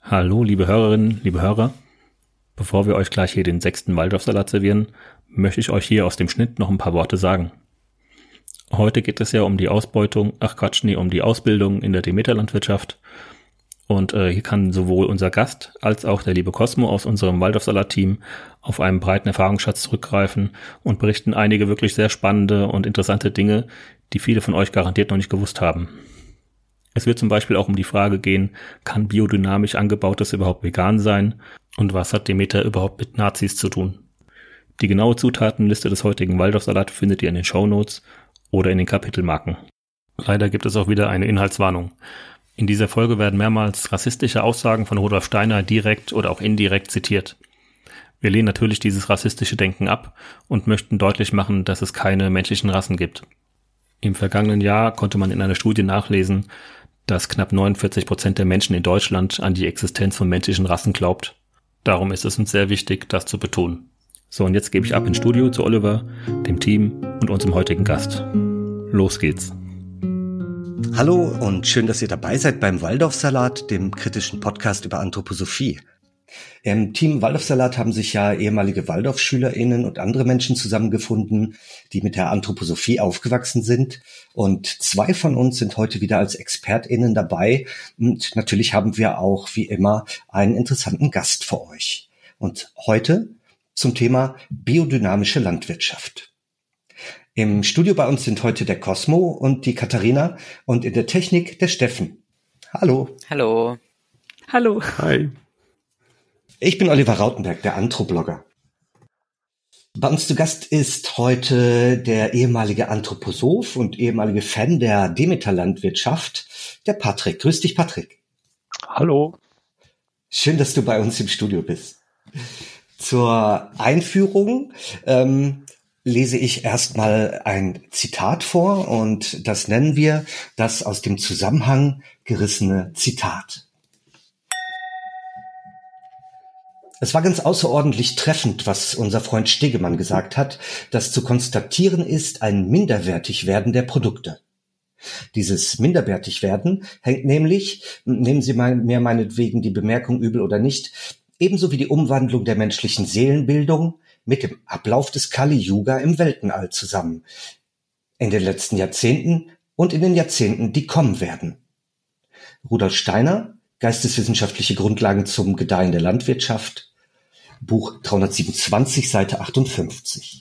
Hallo, liebe Hörerinnen, liebe Hörer. Bevor wir euch gleich hier den 6. Waldorfsalat servieren, möchte ich euch hier aus dem Schnitt noch ein paar Worte sagen. Heute geht es ja um die um die Ausbildung in der Demeter-Landwirtschaft. Und hier kann sowohl unser Gast als auch der liebe Cosmo aus unserem Waldorfsalat-Team auf einen breiten Erfahrungsschatz zurückgreifen und berichten einige wirklich sehr spannende und interessante Dinge, die viele von euch garantiert noch nicht gewusst haben. Es wird zum Beispiel auch um die Frage gehen, kann biodynamisch angebautes überhaupt vegan sein und was hat Demeter überhaupt mit Nazis zu tun? Die genaue Zutatenliste des heutigen Waldorfsalat findet ihr in den Shownotes oder in den Kapitelmarken. Leider gibt es auch wieder eine Inhaltswarnung. In dieser Folge werden mehrmals rassistische Aussagen von Rudolf Steiner direkt oder auch indirekt zitiert. Wir lehnen natürlich dieses rassistische Denken ab und möchten deutlich machen, dass es keine menschlichen Rassen gibt. Im vergangenen Jahr konnte man in einer Studie nachlesen, dass knapp 49% der Menschen in Deutschland an die Existenz von menschlichen Rassen glaubt. Darum ist es uns sehr wichtig, das zu betonen. So, und jetzt gebe ich ab ins Studio zu Oliver, dem Team und unserem heutigen Gast. Los geht's. Hallo und schön, dass ihr dabei seid beim Waldorfsalat, dem kritischen Podcast über Anthroposophie. Im Team Waldorfsalat haben sich ja ehemalige Waldorfschülerinnen und andere Menschen zusammengefunden, die mit der Anthroposophie aufgewachsen sind. Und 2 von uns sind heute wieder als ExpertInnen dabei. Und natürlich haben wir auch, wie immer, einen interessanten Gast für euch. Und heute zum Thema biodynamische Landwirtschaft. Im Studio bei uns sind heute der Cosmo und die Katharina und in der Technik der Steffen. Hallo. Hallo. Hallo. Hi. Ich bin Oliver Rautenberg, der Anthroblogger. Bei uns zu Gast ist heute der ehemalige Anthroposoph und ehemalige Fan der Demeter-Landwirtschaft, der Patrick. Grüß dich, Patrick. Hallo. Schön, dass du bei uns im Studio bist. Zur Einführung lese ich erstmal ein Zitat vor und das nennen wir das aus dem Zusammenhang gerissene Zitat. Es war ganz außerordentlich treffend, was unser Freund Stegemann gesagt hat, dass zu konstatieren ist ein Minderwertigwerden der Produkte. Dieses Minderwertigwerden hängt nämlich, nehmen Sie mir meinetwegen die Bemerkung übel oder nicht, ebenso wie die Umwandlung der menschlichen Seelenbildung mit dem Ablauf des Kali-Yuga im Weltenall zusammen. In den letzten Jahrzehnten und in den Jahrzehnten, die kommen werden. Rudolf Steiner, Geisteswissenschaftliche Grundlagen zum Gedeihen der Landwirtschaft, Buch 327, Seite 58.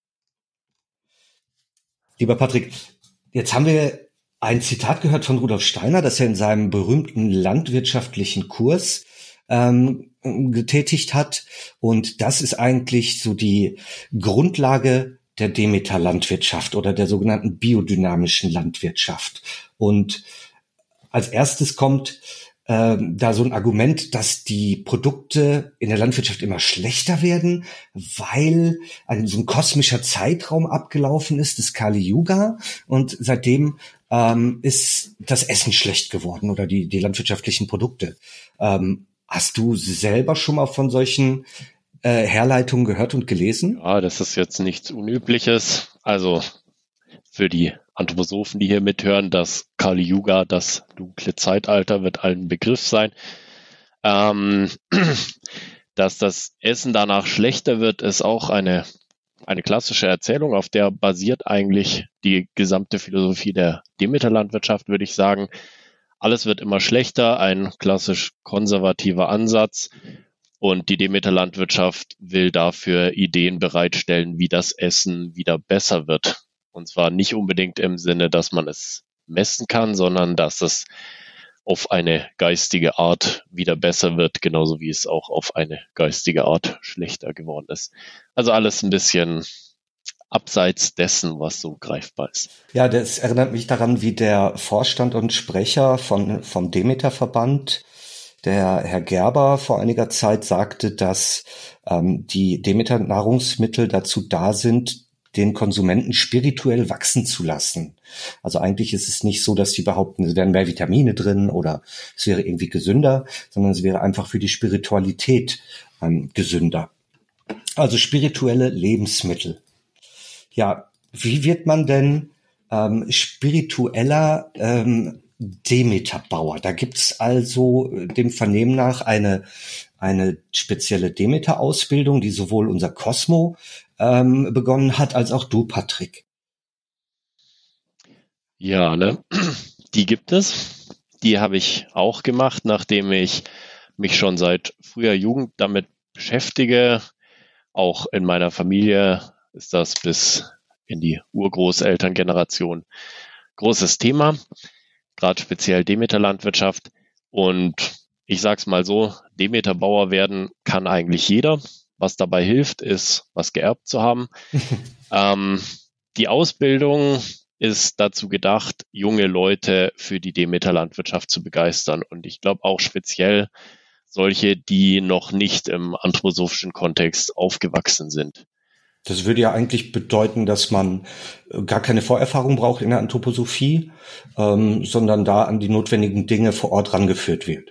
Lieber Patrick, jetzt haben wir ein Zitat gehört von Rudolf Steiner, das er in seinem berühmten landwirtschaftlichen Kurs getätigt hat. Und das ist eigentlich so die Grundlage der Demeter-Landwirtschaft oder der sogenannten biodynamischen Landwirtschaft. Und als erstes kommt da so ein Argument, dass die Produkte in der Landwirtschaft immer schlechter werden, weil so ein kosmischer Zeitraum abgelaufen ist, das Kali-Yuga, und seitdem ist das Essen schlecht geworden oder die landwirtschaftlichen Produkte. Hast du selber schon mal von solchen Herleitungen gehört und gelesen? Ja, das ist jetzt nichts Unübliches. Also für die Anthroposophen, die hier mithören, das Kali-Yuga, das dunkle Zeitalter, wird allen Begriff sein. Dass das Essen danach schlechter wird, ist auch eine klassische Erzählung, auf der basiert eigentlich die gesamte Philosophie der Demeter-Landwirtschaft, würde ich sagen. Alles wird immer schlechter, ein klassisch konservativer Ansatz. Und die Demeter-Landwirtschaft will dafür Ideen bereitstellen, wie das Essen wieder besser wird. Und zwar nicht unbedingt im Sinne, dass man es messen kann, sondern dass es auf eine geistige Art wieder besser wird, genauso wie es auch auf eine geistige Art schlechter geworden ist. Also alles ein bisschen abseits dessen, was so greifbar ist. Ja, das erinnert mich daran, wie der Vorstand und Sprecher vom Demeter-Verband, der Herr Gerber, vor einiger Zeit sagte, dass die Demeter-Nahrungsmittel dazu da sind, den Konsumenten spirituell wachsen zu lassen. Also eigentlich ist es nicht so, dass sie behaupten, es wären mehr Vitamine drin oder es wäre irgendwie gesünder, sondern es wäre einfach für die Spiritualität gesünder. Also spirituelle Lebensmittel. Ja, wie wird man denn spiritueller Demeter-Bauer. Da gibt's also dem Vernehmen nach eine spezielle Demeter-Ausbildung, die sowohl unser Cosmo begonnen hat, als auch du, Patrick. Ja, ne? Die gibt es. Die habe ich auch gemacht, nachdem ich mich schon seit früher Jugend damit beschäftige. Auch in meiner Familie ist das bis in die Urgroßelterngeneration großes Thema, gerade speziell Demeter-Landwirtschaft. Und ich sag's mal so, Demeter-Bauer werden kann eigentlich jeder. Was dabei hilft, ist, was geerbt zu haben. Die Ausbildung ist dazu gedacht, junge Leute für die Demeter-Landwirtschaft zu begeistern. Und ich glaube auch speziell solche, die noch nicht im anthroposophischen Kontext aufgewachsen sind. Das würde ja eigentlich bedeuten, dass man gar keine Vorerfahrung braucht in der Anthroposophie, sondern da an die notwendigen Dinge vor Ort rangeführt wird.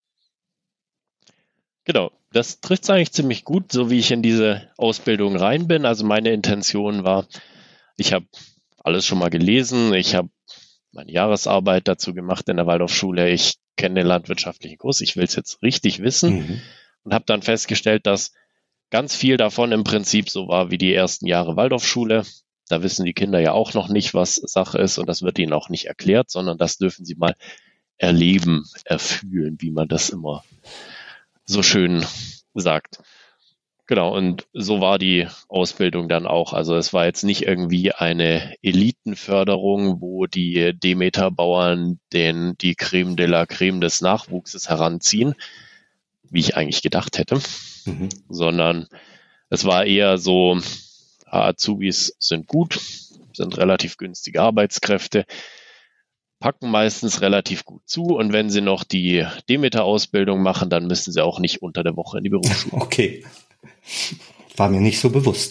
Genau, das trifft es eigentlich ziemlich gut, so wie ich in diese Ausbildung rein bin. Also meine Intention war, ich habe alles schon mal gelesen, ich habe meine Jahresarbeit dazu gemacht in der Waldorfschule, ich kenne den landwirtschaftlichen Kurs, ich will es jetzt richtig wissen und habe dann festgestellt, dass ganz viel davon im Prinzip so war wie die ersten Jahre Waldorfschule. Da wissen die Kinder ja auch noch nicht, was Sache ist, und das wird ihnen auch nicht erklärt, sondern das dürfen sie mal erleben, erfühlen, wie man das immer so schön sagt. Genau, und so war die Ausbildung dann auch. Also es war jetzt nicht irgendwie eine Elitenförderung, wo die Demeter-Bauern die Creme de la Creme des Nachwuchses heranziehen, wie ich eigentlich gedacht hätte, sondern es war eher so, Azubis sind gut, sind relativ günstige Arbeitskräfte, packen meistens relativ gut zu, und wenn sie noch die Demeter-Ausbildung machen, dann müssen sie auch nicht unter der Woche in die Berufsschule. Okay, war mir nicht so bewusst.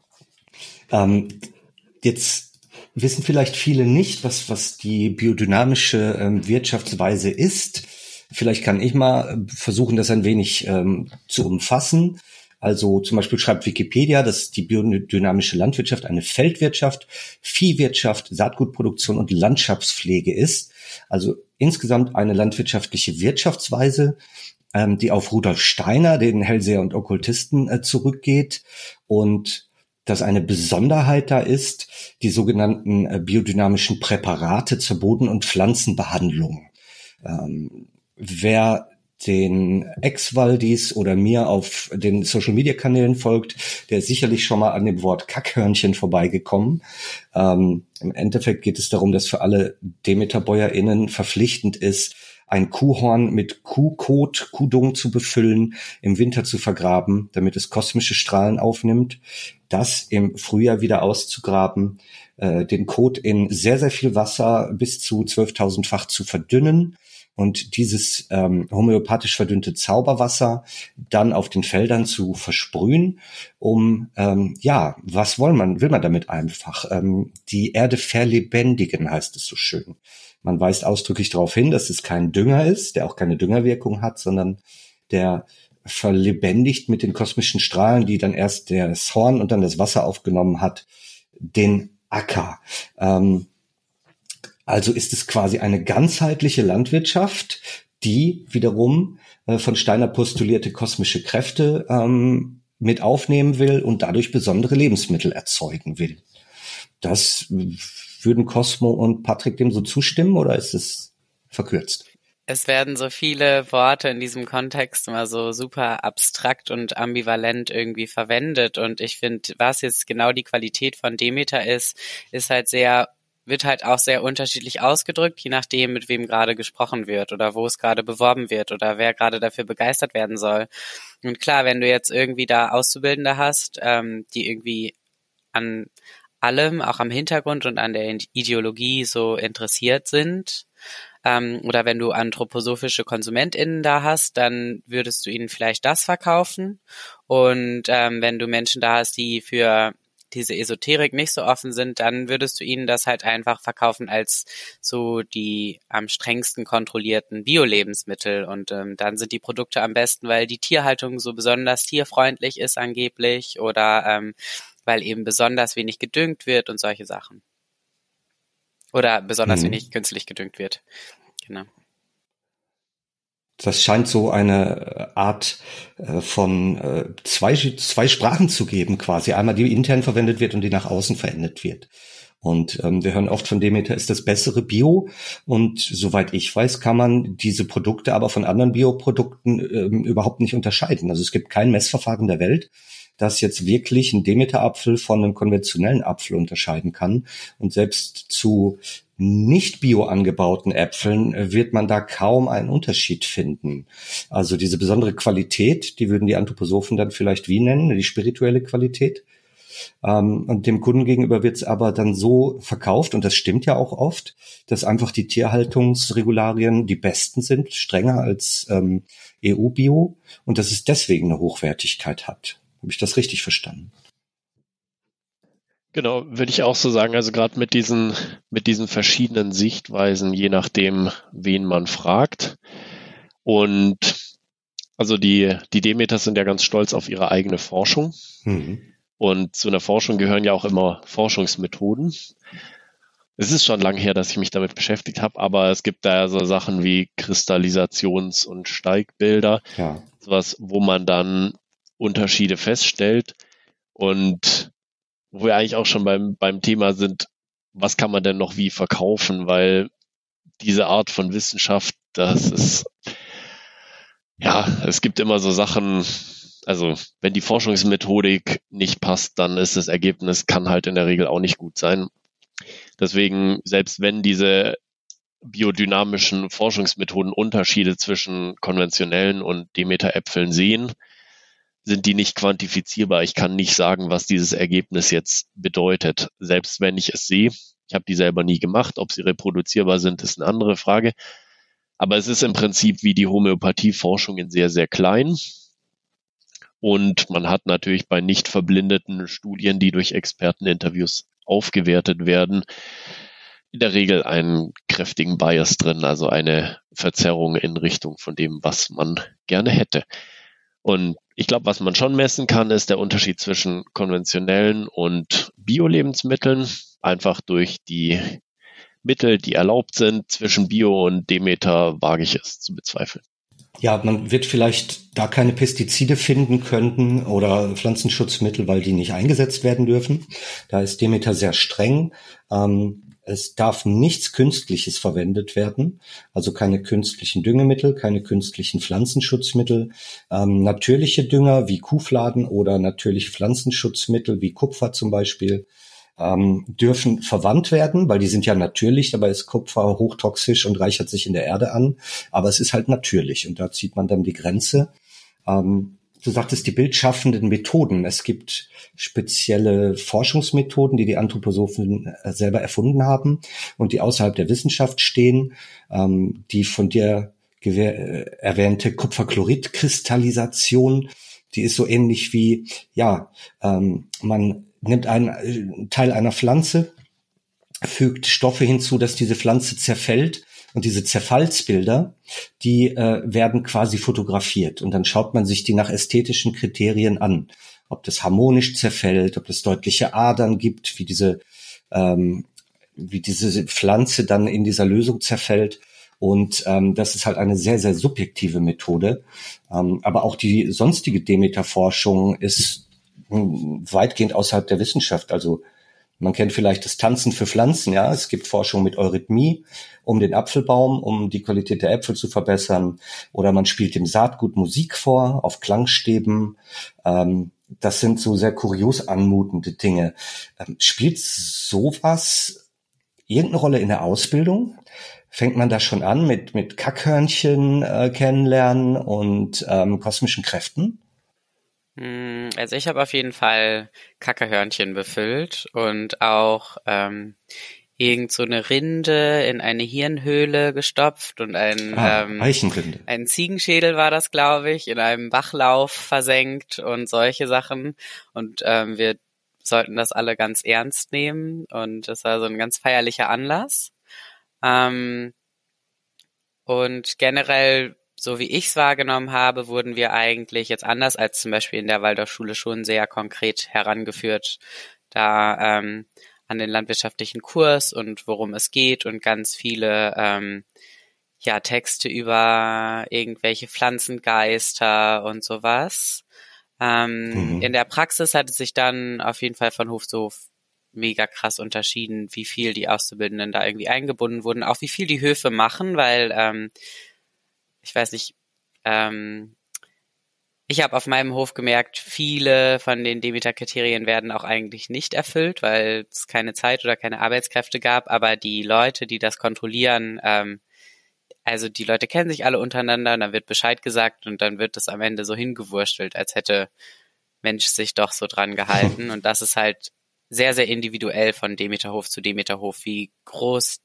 Jetzt wissen vielleicht viele nicht, was die biodynamische Wirtschaftsweise ist. Vielleicht kann ich mal versuchen, das ein wenig zu umfassen. Also zum Beispiel schreibt Wikipedia, dass die biodynamische Landwirtschaft eine Feldwirtschaft, Viehwirtschaft, Saatgutproduktion und Landschaftspflege ist. Also insgesamt eine landwirtschaftliche Wirtschaftsweise, die auf Rudolf Steiner, den Hellseher und Okkultisten, zurückgeht, und dass eine Besonderheit da ist, die sogenannten biodynamischen Präparate zur Boden- und Pflanzenbehandlung. Wer den Ex-Waldis oder mir auf den Social-Media-Kanälen folgt, der ist sicherlich schon mal an dem Wort Kackhörnchen vorbeigekommen. Im Endeffekt geht es darum, dass für alle Demeter-BäuerInnen verpflichtend ist, ein Kuhhorn mit Kuhkot, Kuhdung zu befüllen, im Winter zu vergraben, damit es kosmische Strahlen aufnimmt, das im Frühjahr wieder auszugraben, den Kot in sehr, sehr viel Wasser bis zu 12.000-fach zu verdünnen und dieses homöopathisch verdünnte Zauberwasser dann auf den Feldern zu versprühen, um, was will man damit einfach? Die Erde verlebendigen, heißt es so schön. Man weist ausdrücklich darauf hin, dass es kein Dünger ist, der auch keine Düngerwirkung hat, sondern der verlebendigt mit den kosmischen Strahlen, die dann erst das Horn und dann das Wasser aufgenommen hat, den Acker. Also ist es quasi eine ganzheitliche Landwirtschaft, die wiederum von Steiner postulierte kosmische Kräfte mit aufnehmen will und dadurch besondere Lebensmittel erzeugen will. Das würden Cosmo und Patrick dem so zustimmen, oder ist es verkürzt? Es werden so viele Worte in diesem Kontext immer so super abstrakt und ambivalent irgendwie verwendet, und ich finde, was jetzt genau die Qualität von Demeter ist halt wird halt auch sehr unterschiedlich ausgedrückt, je nachdem, mit wem gerade gesprochen wird oder wo es gerade beworben wird oder wer gerade dafür begeistert werden soll. Und klar, wenn du jetzt irgendwie da Auszubildende hast, die irgendwie an allem, auch am Hintergrund und an der Ideologie so interessiert sind, oder wenn du anthroposophische KonsumentInnen da hast, dann würdest du ihnen vielleicht das verkaufen. Und wenn du Menschen da hast, die für diese Esoterik nicht so offen sind, dann würdest du ihnen das halt einfach verkaufen als so die am strengsten kontrollierten Bio-Lebensmittel. Und dann sind die Produkte am besten, weil die Tierhaltung so besonders tierfreundlich ist angeblich, oder weil eben besonders wenig gedüngt wird und solche Sachen. Oder besonders wenig künstlich gedüngt wird. Genau. Das scheint so eine Art von zwei Sprachen zu geben quasi. Einmal die intern verwendet wird und die nach außen verendet wird. Und wir hören oft von Demeter ist das bessere Bio. Und soweit ich weiß, kann man diese Produkte aber von anderen Bioprodukten überhaupt nicht unterscheiden. Also es gibt kein Messverfahren der Welt, das jetzt wirklich einen Demeter-Apfel von einem konventionellen Apfel unterscheiden kann. Und selbst zu nicht bio angebauten Äpfeln wird man da kaum einen Unterschied finden. Also diese besondere Qualität, die würden die Anthroposophen dann vielleicht wie nennen, die spirituelle Qualität. Und dem Kunden gegenüber wird es aber dann so verkauft, und das stimmt ja auch oft, dass einfach die Tierhaltungsregularien die besten sind, strenger als EU-Bio, und dass es deswegen eine Hochwertigkeit hat. Habe ich das richtig verstanden? Genau, würde ich auch so sagen. Also gerade mit diesen verschiedenen Sichtweisen, je nachdem, wen man fragt. Und also die Demeters sind ja ganz stolz auf ihre eigene Forschung. Und zu einer Forschung gehören ja auch immer Forschungsmethoden. Es ist schon lange her, dass ich mich damit beschäftigt habe, aber es gibt da so Sachen wie Kristallisations- und Steigbilder, sowas, wo man dann Unterschiede feststellt, und wo wir eigentlich auch schon beim Thema sind, was kann man denn noch wie verkaufen, weil diese Art von Wissenschaft, das ist, ja, es gibt immer so Sachen, also wenn die Forschungsmethodik nicht passt, dann ist das Ergebnis, kann halt in der Regel auch nicht gut sein. Deswegen, selbst wenn diese biodynamischen Forschungsmethoden Unterschiede zwischen konventionellen und Demeter-Äpfeln sehen, sind die nicht quantifizierbar. Ich kann nicht sagen, was dieses Ergebnis jetzt bedeutet, selbst wenn ich es sehe. Ich habe die selber nie gemacht. Ob sie reproduzierbar sind, ist eine andere Frage. Aber es ist im Prinzip wie die Homöopathieforschung in sehr, sehr klein. Und man hat natürlich bei nicht verblindeten Studien, die durch Experteninterviews aufgewertet werden, in der Regel einen kräftigen Bias drin, also eine Verzerrung in Richtung von dem, was man gerne hätte. Und ich glaube, was man schon messen kann, ist der Unterschied zwischen konventionellen und Bio-Lebensmitteln, einfach durch die Mittel, die erlaubt sind. Zwischen Bio und Demeter wage ich es zu bezweifeln. Ja, man wird vielleicht da keine Pestizide finden können oder Pflanzenschutzmittel, weil die nicht eingesetzt werden dürfen. Da ist Demeter sehr streng. Es darf nichts Künstliches verwendet werden, also keine künstlichen Düngemittel, keine künstlichen Pflanzenschutzmittel. Natürliche Dünger wie Kuhfladen oder natürliche Pflanzenschutzmittel wie Kupfer zum Beispiel dürfen verwandt werden, weil die sind ja natürlich, dabei ist Kupfer hochtoxisch und reichert sich in der Erde an, aber es ist halt natürlich, und da zieht man dann die Grenze. Du sagtest, die bildschaffenden Methoden. Es gibt spezielle Forschungsmethoden, die die Anthroposophen selber erfunden haben und die außerhalb der Wissenschaft stehen. Die von dir erwähnte Kupferchlorid-Kristallisation, die ist so ähnlich wie, man nimmt einen Teil einer Pflanze, fügt Stoffe hinzu, dass diese Pflanze zerfällt. Und diese Zerfallsbilder, die werden quasi fotografiert. Und dann schaut man sich die nach ästhetischen Kriterien an. Ob das harmonisch zerfällt, ob es deutliche Adern gibt, wie diese Pflanze dann in dieser Lösung zerfällt. Und das ist halt eine sehr, sehr subjektive Methode. Aber auch die sonstige Demeter-Forschung ist weitgehend außerhalb der Wissenschaft. Also man kennt vielleicht das Tanzen für Pflanzen, ja. Es gibt Forschung mit Eurythmie um den Apfelbaum, um die Qualität der Äpfel zu verbessern. Oder man spielt dem Saatgut Musik vor, auf Klangstäben. Das sind so sehr kurios anmutende Dinge. Spielt sowas irgendeine Rolle in der Ausbildung? Fängt man da schon an mit Kackhörnchen kennenlernen und kosmischen Kräften? Also ich habe auf jeden Fall Kackerhörnchen befüllt und auch irgend so eine Rinde in eine Hirnhöhle gestopft und Eichenrinde. Ein Ziegenschädel war das, glaube ich, in einem Bachlauf versenkt und solche Sachen. Und wir sollten das alle ganz ernst nehmen und das war so ein ganz feierlicher Anlass. Und generell, so wie ich es wahrgenommen habe, wurden wir eigentlich jetzt anders als zum Beispiel in der Waldorfschule schon sehr konkret herangeführt. Da an den landwirtschaftlichen Kurs und worum es geht und ganz viele Texte über irgendwelche Pflanzengeister und sowas. In der Praxis hat es sich dann auf jeden Fall von Hof zu Hof mega krass unterschieden, wie viel die Auszubildenden da irgendwie eingebunden wurden, auch wie viel die Höfe machen, weil ich weiß nicht, ich habe auf meinem Hof gemerkt, viele von den Demeter-Kriterien werden auch eigentlich nicht erfüllt, weil es keine Zeit oder keine Arbeitskräfte gab, aber die Leute, die das kontrollieren, also die Leute kennen sich alle untereinander und dann wird Bescheid gesagt und dann wird das am Ende so hingewurstelt, als hätte Mensch sich doch so dran gehalten. Und das ist halt sehr, sehr individuell von Demeterhof zu Demeterhof, wie groß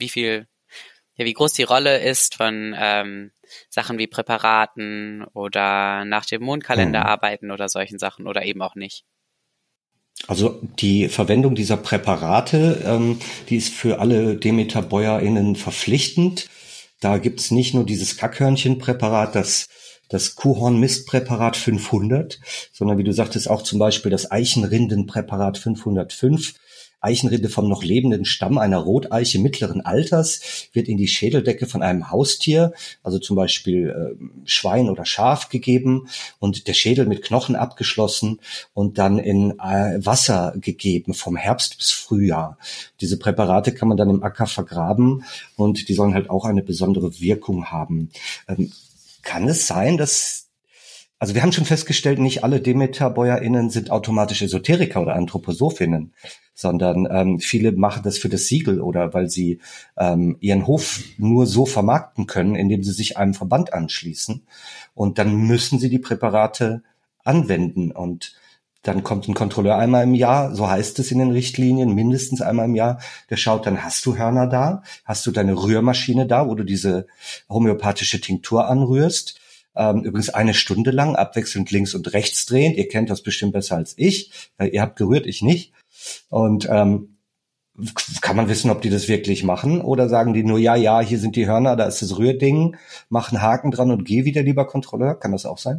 die Rolle ist von Sachen wie Präparaten oder nach dem Mondkalender arbeiten oder solchen Sachen oder eben auch nicht. Also die Verwendung dieser Präparate, die ist für alle Demeter-BäuerInnen verpflichtend. Da gibt's nicht nur dieses Kackhörnchenpräparat, das Kuhhornmistpräparat 500, sondern wie du sagtest auch zum Beispiel das Eichenrindenpräparat 505. Eichenrinde vom noch lebenden Stamm einer Roteiche mittleren Alters wird in die Schädeldecke von einem Haustier, also zum Beispiel Schwein oder Schaf, gegeben und der Schädel mit Knochen abgeschlossen und dann in Wasser gegeben vom Herbst bis Frühjahr. Diese Präparate kann man dann im Acker vergraben und die sollen halt auch eine besondere Wirkung haben. Kann es sein, also wir haben schon festgestellt, nicht alle Demeter-BäuerInnen sind automatisch Esoteriker oder Anthroposophinnen, sondern viele machen das für das Siegel oder weil sie ihren Hof nur so vermarkten können, indem sie sich einem Verband anschließen. Und dann müssen sie die Präparate anwenden. Und dann kommt ein Kontrolleur einmal im Jahr, so heißt es in den Richtlinien, mindestens einmal im Jahr, der schaut dann, hast du Hörner da? Hast du deine Rührmaschine da, wo du diese homöopathische Tinktur anrührst? Übrigens 1 Stunde lang, abwechselnd links und rechts drehend. Ihr kennt das bestimmt besser als ich. Ihr habt gerührt, ich nicht. Und kann man wissen, ob die das wirklich machen? Oder sagen die nur, ja, hier sind die Hörner, da ist das Rührding, mach einen Haken dran und geh wieder, lieber Kontrolleur? Kann das auch sein?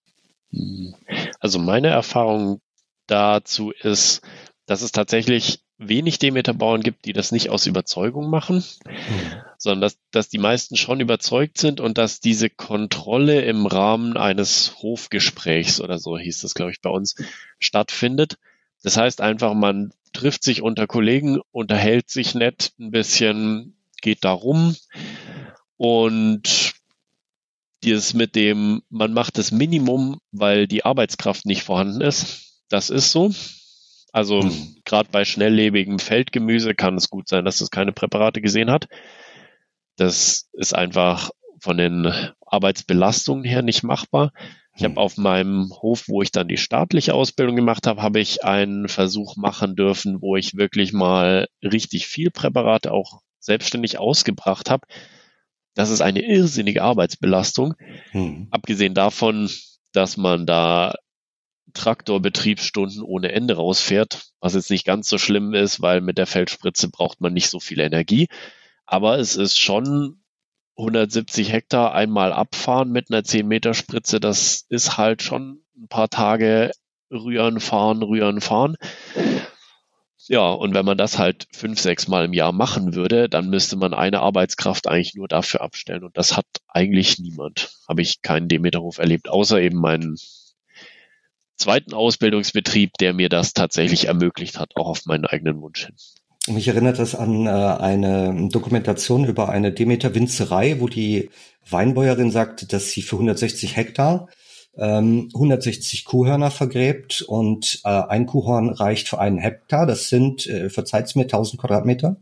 Also meine Erfahrung dazu ist, dass es tatsächlich wenig Demeter-Bauern gibt, die das nicht aus Überzeugung machen, sondern dass die meisten schon überzeugt sind und dass diese Kontrolle im Rahmen eines Hofgesprächs oder so hieß das, glaube ich, bei uns, stattfindet. Das heißt einfach, man trifft sich unter Kollegen, unterhält sich nett ein bisschen, geht da rum und dieses mit dem, man macht das Minimum, weil die Arbeitskraft nicht vorhanden ist, das ist so. Also gerade bei schnelllebigem Feldgemüse kann es gut sein, dass es keine Präparate gesehen hat. Das ist einfach von den Arbeitsbelastungen her nicht machbar. Ich habe auf meinem Hof, wo ich dann die staatliche Ausbildung gemacht habe, habe ich einen Versuch machen dürfen, wo ich wirklich mal richtig viel Präparate auch selbstständig ausgebracht habe. Das ist eine irrsinnige Arbeitsbelastung. Abgesehen davon, dass man da Traktorbetriebsstunden ohne Ende rausfährt, was jetzt nicht ganz so schlimm ist, weil mit der Feldspritze braucht man nicht so viel Energie. Aber es ist schon 170 Hektar einmal abfahren mit einer 10-Meter-Spritze. Das ist halt schon ein paar Tage rühren, fahren. Ja, und wenn man das halt 5-6 Mal im Jahr machen würde, dann müsste man eine Arbeitskraft eigentlich nur dafür abstellen. Und das hat eigentlich niemand. Habe ich keinen Demeterhof erlebt, außer eben meinen zweiten Ausbildungsbetrieb, der mir das tatsächlich ermöglicht hat, auch auf meinen eigenen Wunsch hin. Mich erinnert das an eine Dokumentation über eine Demeter-Winzerei, wo die Weinbäuerin sagt, dass sie für 160 Hektar 160 Kuhhörner vergräbt und ein Kuhhorn reicht für 1 Hektar. Das sind, verzeiht's mir, 1000 Quadratmeter.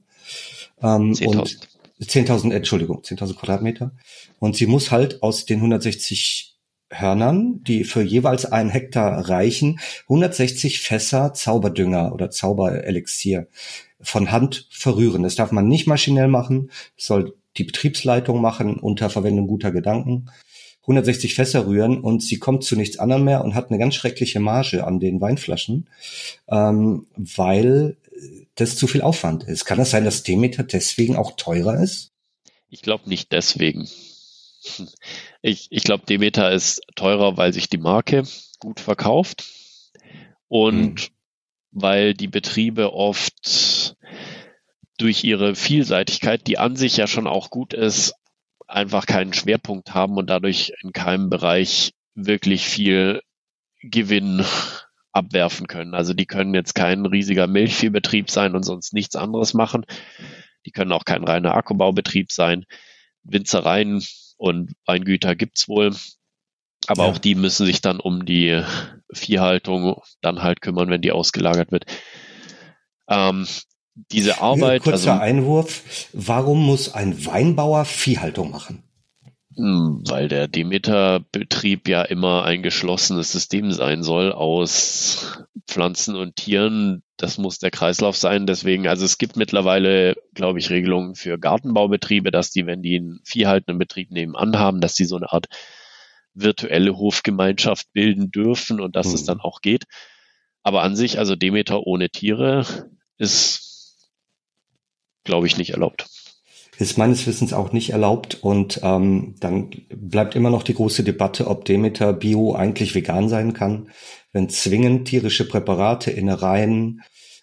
10.000 Quadratmeter. Und sie muss halt aus den 160 Hörnern, die für jeweils 1 Hektar reichen, 160 Fässer Zauberdünger oder Zauberelixier von Hand verrühren. Das darf man nicht maschinell machen, das soll die Betriebsleitung machen unter Verwendung guter Gedanken. 160 Fässer rühren und sie kommt zu nichts anderem mehr und hat eine ganz schreckliche Marge an den Weinflaschen, weil das zu viel Aufwand ist. Kann das sein, dass Demeter deswegen auch teurer ist? Ich glaube nicht deswegen. Ich glaube, Demeter ist teurer, weil sich die Marke gut verkauft und weil die Betriebe oft durch ihre Vielseitigkeit, die an sich ja schon auch gut ist, einfach keinen Schwerpunkt haben und dadurch in keinem Bereich wirklich viel Gewinn abwerfen können. Also die können jetzt kein riesiger Milchviehbetrieb sein und sonst nichts anderes machen. Die können auch kein reiner Akkubaubetrieb sein. Winzereien und Weingüter gibt's wohl. Aber auch die müssen sich dann um die Viehhaltung dann halt kümmern, wenn die ausgelagert wird. Diese Arbeit. Kurzer Einwurf. Warum muss ein Weinbauer Viehhaltung machen? Weil der Demeter-Betrieb ja immer ein geschlossenes System sein soll aus Pflanzen und Tieren. Das muss der Kreislauf sein. Deswegen, also es gibt mittlerweile, glaube ich, Regelungen für Gartenbaubetriebe, dass die, wenn die einen viehhaltenden Betrieb nebenan haben, dass die so eine Art virtuelle Hofgemeinschaft bilden dürfen und dass es dann auch geht. Aber an sich, also Demeter ohne Tiere ist, glaube ich, nicht erlaubt. Ist meines Wissens auch nicht erlaubt und dann bleibt immer noch die große Debatte, ob Demeter Bio eigentlich vegan sein kann, wenn zwingend tierische Präparate, Innereien,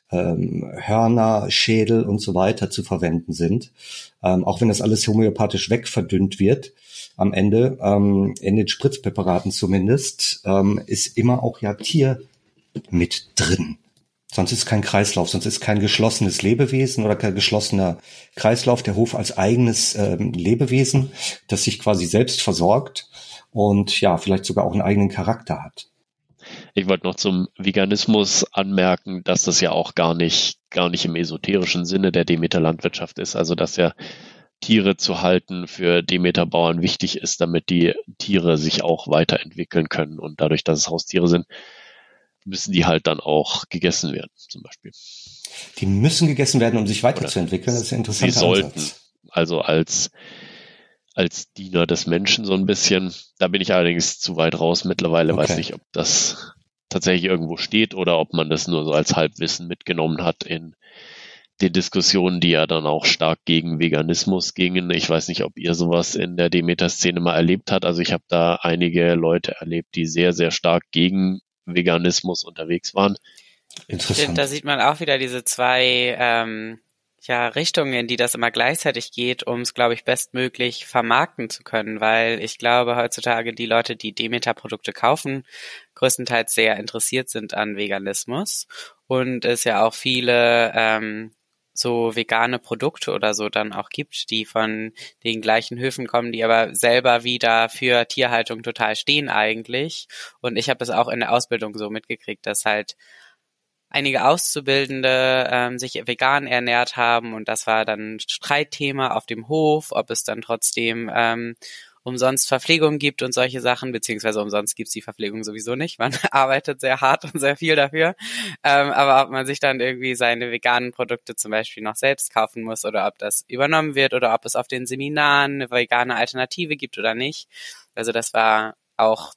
Hörner, Schädel und so weiter zu verwenden sind. Auch wenn das alles homöopathisch wegverdünnt wird, am Ende, in den Spritzpräparaten zumindest, ist immer auch ja Tier mit drin. Sonst ist kein Kreislauf, sonst ist kein geschlossenes Lebewesen oder kein geschlossener Kreislauf, der Hof als eigenes Lebewesen, das sich quasi selbst versorgt und ja, vielleicht sogar auch einen eigenen Charakter hat. Ich wollte noch zum Veganismus anmerken, dass das ja auch gar nicht im esoterischen Sinne der Demeter-Landwirtschaft ist. Also dass ja Tiere zu halten für Demeter-Bauern wichtig ist, damit die Tiere sich auch weiterentwickeln können. Und dadurch, dass es Haustiere sind, müssen die halt dann auch gegessen werden, zum Beispiel. Die müssen gegessen werden, um sich weiterzuentwickeln. Das ist ein interessanter Ansatz. Sie sollten, Ansatz. also als Diener des Menschen so ein bisschen. Da bin ich allerdings zu weit raus mittlerweile. Okay. Weiß nicht, ob das tatsächlich irgendwo steht oder ob man das nur so als Halbwissen mitgenommen hat in den Diskussionen, die ja dann auch stark gegen Veganismus gingen. Ich weiß nicht, ob ihr sowas in der Demeter-Szene mal erlebt habt. Also ich habe da einige Leute erlebt, die sehr, sehr stark gegen Veganismus unterwegs waren. Interessant. Da sieht man auch wieder diese zwei Richtungen, in die das immer gleichzeitig geht, um es, glaube ich, bestmöglich vermarkten zu können, weil ich glaube, heutzutage die Leute, die Demeter-Produkte kaufen, größtenteils sehr interessiert sind an Veganismus und es ja auch viele so vegane Produkte oder so dann auch gibt, die von den gleichen Höfen kommen, die aber selber wieder für Tierhaltung total stehen eigentlich. Und ich habe das auch in der Ausbildung so mitgekriegt, dass halt einige Auszubildende sich vegan ernährt haben und das war dann ein Streitthema auf dem Hof, ob es dann trotzdem umsonst Verpflegung gibt und solche Sachen, beziehungsweise umsonst gibt's die Verpflegung sowieso nicht. Man arbeitet sehr hart und sehr viel dafür. Aber ob man sich dann irgendwie seine veganen Produkte zum Beispiel noch selbst kaufen muss oder ob das übernommen wird oder ob es auf den Seminaren eine vegane Alternative gibt oder nicht. Also das war auch,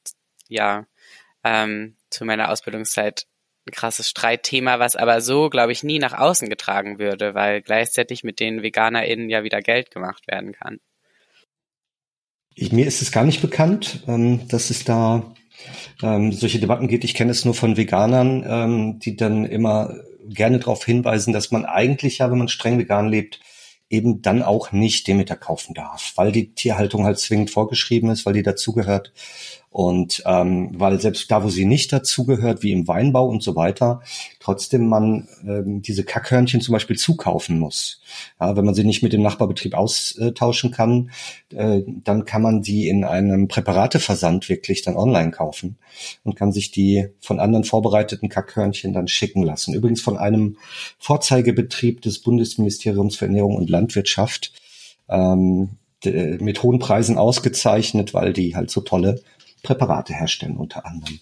zu meiner Ausbildungszeit ein krasses Streitthema, was aber so, glaube ich, nie nach außen getragen würde, weil gleichzeitig mit den VeganerInnen ja wieder Geld gemacht werden kann. Mir ist es gar nicht bekannt, dass es da solche Debatten gibt. Ich kenne es nur von Veganern, die dann immer gerne darauf hinweisen, dass man eigentlich ja, wenn man streng vegan lebt, eben dann auch nicht Demeter kaufen darf, weil die Tierhaltung halt zwingend vorgeschrieben ist, weil die dazugehört. Und weil selbst da, wo sie nicht dazugehört, wie im Weinbau und so weiter, trotzdem man diese Kackhörnchen zum Beispiel zukaufen muss. Ja, wenn man sie nicht mit dem Nachbarbetrieb austauschen kann, dann kann man die in einem Präparateversand wirklich dann online kaufen und kann sich die von anderen vorbereiteten Kackhörnchen dann schicken lassen. Übrigens von einem Vorzeigebetrieb des Bundesministeriums für Ernährung und Landwirtschaft, mit hohen Preisen ausgezeichnet, weil die halt so tolle Präparate herstellen unter anderem.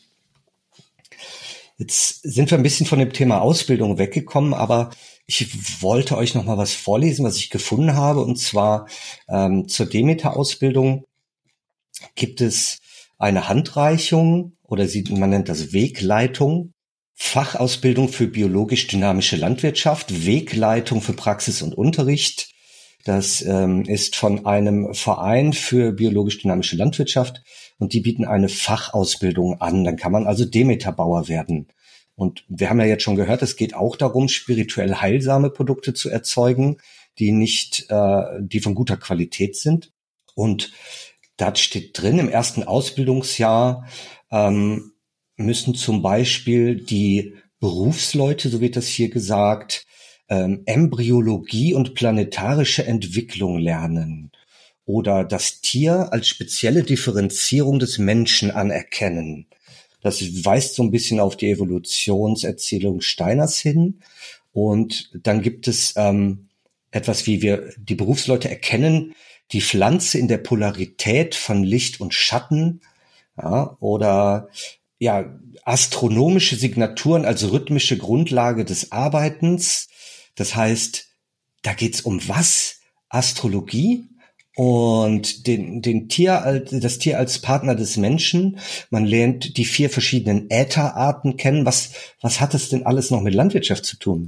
Jetzt sind wir ein bisschen von dem Thema Ausbildung weggekommen, aber ich wollte euch noch mal was vorlesen, was ich gefunden habe. Und zwar zur Demeter-Ausbildung gibt es eine Handreichung oder man nennt das Wegleitung, Fachausbildung für biologisch-dynamische Landwirtschaft, Wegleitung für Praxis und Unterricht. Das ist von einem Verein für biologisch-dynamische Landwirtschaft und die bieten eine Fachausbildung an. Dann kann man also Demeter-Bauer werden. Und wir haben ja jetzt schon gehört, es geht auch darum, spirituell heilsame Produkte zu erzeugen, die von guter Qualität sind. Und da steht drin, im ersten Ausbildungsjahr müssen zum Beispiel die Berufsleute, so wird das hier gesagt, Embryologie und planetarische Entwicklung lernen oder das Tier als spezielle Differenzierung des Menschen anerkennen. Das weist so ein bisschen auf die Evolutionserzählung Steiners hin. Und dann gibt es etwas, wie die Berufsleute erkennen die Pflanze in der Polarität von Licht und Schatten, ja, oder ja, astronomische Signaturen als rhythmische Grundlage des Arbeitens. Das heißt, da geht's um was? Astrologie und das Tier als Partner des Menschen. Man lernt die 4 verschiedenen Ätherarten kennen. Was hat es denn alles noch mit Landwirtschaft zu tun?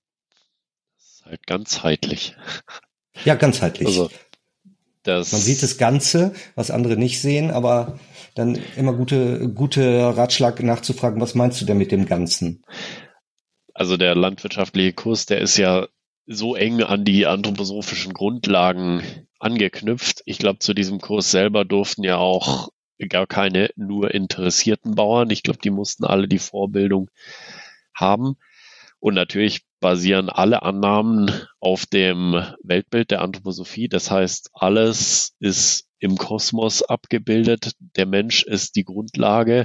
Das ist halt ganzheitlich. Ja, ganzheitlich. Also, man sieht das Ganze, was andere nicht sehen, aber dann immer gute Ratschlag nachzufragen, was meinst du denn mit dem Ganzen? Also der landwirtschaftliche Kurs, der ist ja so eng an die anthroposophischen Grundlagen angeknüpft. Ich glaube, zu diesem Kurs selber durften ja auch gar keine nur interessierten Bauern. Ich glaube, die mussten alle die Vorbildung haben. Und natürlich basieren alle Annahmen auf dem Weltbild der Anthroposophie. Das heißt, alles ist im Kosmos abgebildet. Der Mensch ist die Grundlage.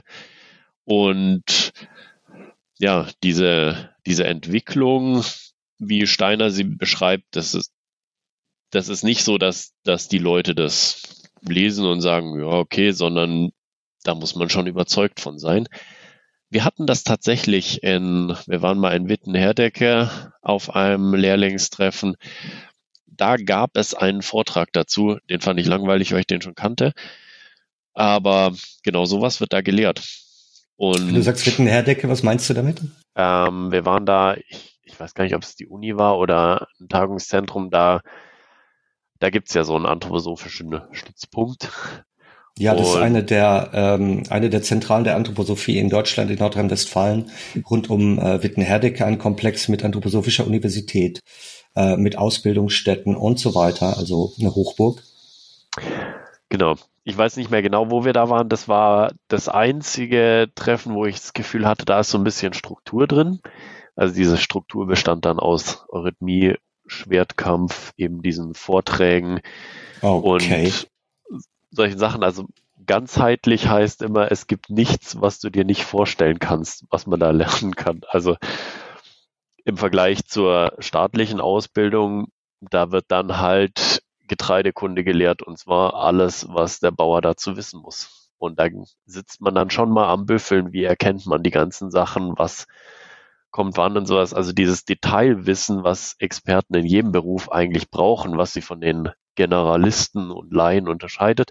Und ja, diese Entwicklung, wie Steiner sie beschreibt, das ist nicht so, dass die Leute das lesen und sagen, ja, okay, sondern da muss man schon überzeugt von sein. Wir hatten das tatsächlich wir waren mal in Witten-Herdecke auf einem Lehrlingstreffen. Da gab es einen Vortrag dazu, den fand ich langweilig, weil ich den schon kannte. Aber genau sowas wird da gelehrt. Und du sagst Witten-Herdecke, was meinst du damit? Wir waren da, ich weiß gar nicht, ob es die Uni war oder ein Tagungszentrum, da gibt's ja so einen anthroposophischen Stützpunkt. Ja, das ist eine der Zentralen der Anthroposophie in Deutschland, in Nordrhein-Westfalen, rund um Witten-Herdecke, ein Komplex mit anthroposophischer Universität, mit Ausbildungsstätten und so weiter, also eine Hochburg. Genau. Ich weiß nicht mehr genau, wo wir da waren. Das war das einzige Treffen, wo ich das Gefühl hatte, da ist so ein bisschen Struktur drin. Also diese Struktur bestand dann aus Eurythmie, Schwertkampf, eben diesen Vorträgen und solchen Sachen. Also ganzheitlich heißt immer, es gibt nichts, was du dir nicht vorstellen kannst, was man da lernen kann. Also im Vergleich zur staatlichen Ausbildung, da wird dann halt Getreidekunde gelehrt, und zwar alles, was der Bauer dazu wissen muss. Und da sitzt man dann schon mal am Büffeln, wie erkennt man die ganzen Sachen, was kommt wann und sowas. Also dieses Detailwissen, was Experten in jedem Beruf eigentlich brauchen, was sie von den Generalisten und Laien unterscheidet,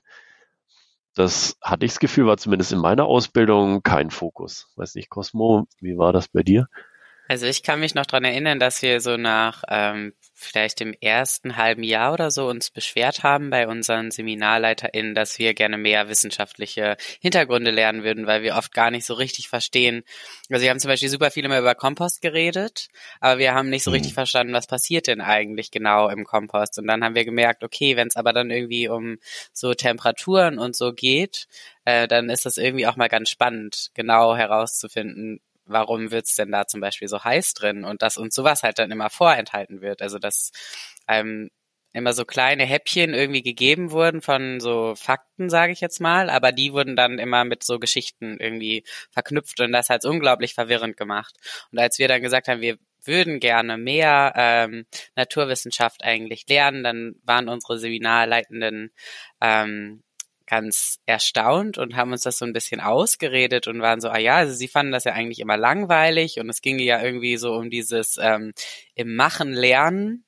das hatte ich das Gefühl, war zumindest in meiner Ausbildung kein Fokus. Weiß nicht, Cosmo, wie war das bei dir? Also ich kann mich noch dran erinnern, dass wir so nach vielleicht dem ersten halben Jahr oder so uns beschwert haben bei unseren SeminarleiterInnen, dass wir gerne mehr wissenschaftliche Hintergründe lernen würden, weil wir oft gar nicht so richtig verstehen. Also wir haben zum Beispiel super viel immer über Kompost geredet, aber wir haben nicht so richtig verstanden, was passiert denn eigentlich genau im Kompost. Und dann haben wir gemerkt, okay, wenn es aber dann irgendwie um so Temperaturen und so geht, dann ist das irgendwie auch mal ganz spannend, genau herauszufinden, warum wird's denn da zum Beispiel so heiß drin, und dass uns sowas halt dann immer vorenthalten wird. Also dass immer so kleine Häppchen irgendwie gegeben wurden von so Fakten, sage ich jetzt mal, aber die wurden dann immer mit so Geschichten irgendwie verknüpft, und das hat es unglaublich verwirrend gemacht. Und als wir dann gesagt haben, wir würden gerne mehr Naturwissenschaft eigentlich lernen, dann waren unsere Seminarleitenden ganz erstaunt und haben uns das so ein bisschen ausgeredet und waren so, also sie fanden das ja eigentlich immer langweilig, und es ging ja irgendwie so um dieses im Machen lernen.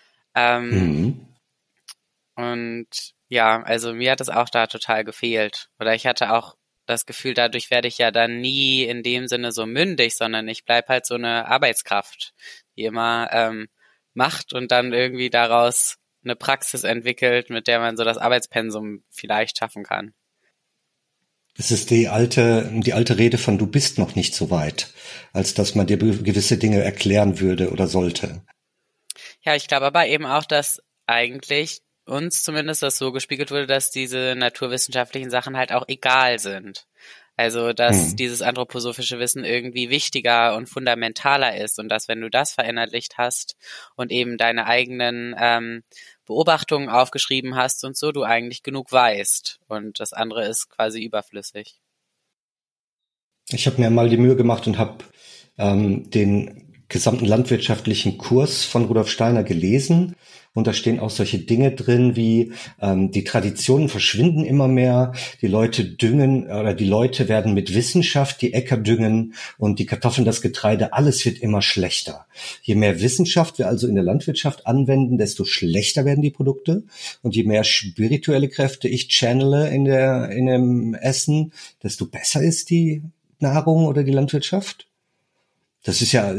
Und ja, also mir hat es auch da total gefehlt. Oder ich hatte auch das Gefühl, dadurch werde ich ja dann nie in dem Sinne so mündig, sondern ich bleib halt so eine Arbeitskraft, die immer macht und dann irgendwie daraus eine Praxis entwickelt, mit der man so das Arbeitspensum vielleicht schaffen kann. Es ist die alte Rede von du bist noch nicht so weit, als dass man dir gewisse Dinge erklären würde oder sollte. Ja, ich glaube aber eben auch, dass eigentlich uns zumindest das so gespiegelt wurde, dass diese naturwissenschaftlichen Sachen halt auch egal sind. Also, dass dieses anthroposophische Wissen irgendwie wichtiger und fundamentaler ist und dass, wenn du das verinnerlicht hast und eben deine eigenen Beobachtungen aufgeschrieben hast und so, du eigentlich genug weißt und das andere ist quasi überflüssig. Ich habe mir mal die Mühe gemacht und habe den gesamten landwirtschaftlichen Kurs von Rudolf Steiner gelesen. Und da stehen auch solche Dinge drin wie die Traditionen verschwinden immer mehr, die Leute düngen oder die Leute werden mit Wissenschaft die Äcker düngen und die Kartoffeln, das Getreide, alles wird immer schlechter. Je mehr Wissenschaft wir also in der Landwirtschaft anwenden, desto schlechter werden die Produkte und je mehr spirituelle Kräfte ich channele in dem Essen, desto besser ist die Nahrung oder die Landwirtschaft. Das ist ja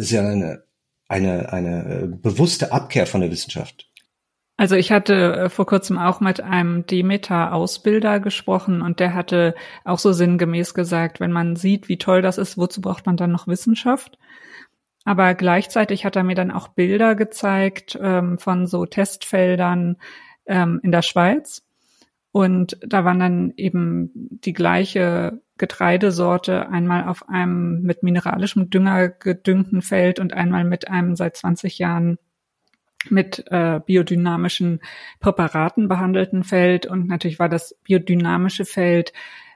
eine bewusste Abkehr von der Wissenschaft. Also ich hatte vor kurzem auch mit einem Demeter-Ausbilder gesprochen und der hatte auch so sinngemäß gesagt, wenn man sieht, wie toll das ist, wozu braucht man dann noch Wissenschaft? Aber gleichzeitig hat er mir dann auch Bilder gezeigt von so Testfeldern in der Schweiz. Und da waren dann eben die gleiche Getreidesorte einmal auf einem mit mineralischem Dünger gedüngten Feld und einmal mit einem seit 20 Jahren mit biodynamischen Präparaten behandelten Feld. Und natürlich war das biodynamische Feld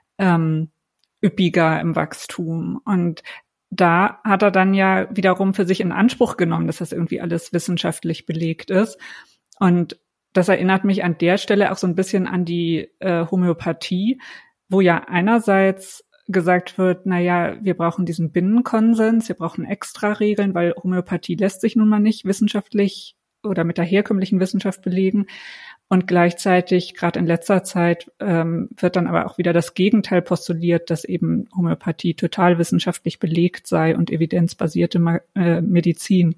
üppiger im Wachstum. Und da hat er dann ja wiederum für sich in Anspruch genommen, dass das irgendwie alles wissenschaftlich belegt ist. Und das erinnert mich an der Stelle auch so ein bisschen an die Homöopathie, wo ja einerseits gesagt wird, naja, wir brauchen diesen Binnenkonsens, wir brauchen Extraregeln, weil Homöopathie lässt sich nun mal nicht wissenschaftlich oder mit der herkömmlichen Wissenschaft belegen. Und gleichzeitig, gerade in letzter Zeit, wird dann aber auch wieder das Gegenteil postuliert, dass eben Homöopathie total wissenschaftlich belegt sei und evidenzbasierte Medizin.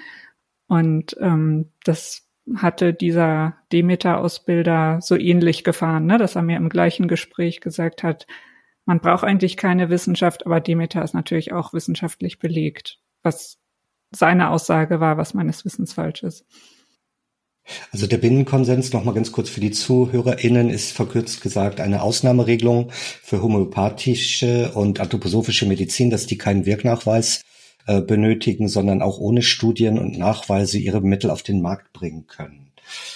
Und das hatte dieser Demeter-Ausbilder so ähnlich gefahren, ne? Dass er mir im gleichen Gespräch gesagt hat, man braucht eigentlich keine Wissenschaft, aber Demeter ist natürlich auch wissenschaftlich belegt, was seine Aussage war, was meines Wissens falsch ist. Also der Binnenkonsens, nochmal ganz kurz für die ZuhörerInnen, ist verkürzt gesagt eine Ausnahmeregelung für homöopathische und anthroposophische Medizin, dass die keinen Wirknachweis benötigen, sondern auch ohne Studien und Nachweise ihre Mittel auf den Markt bringen können.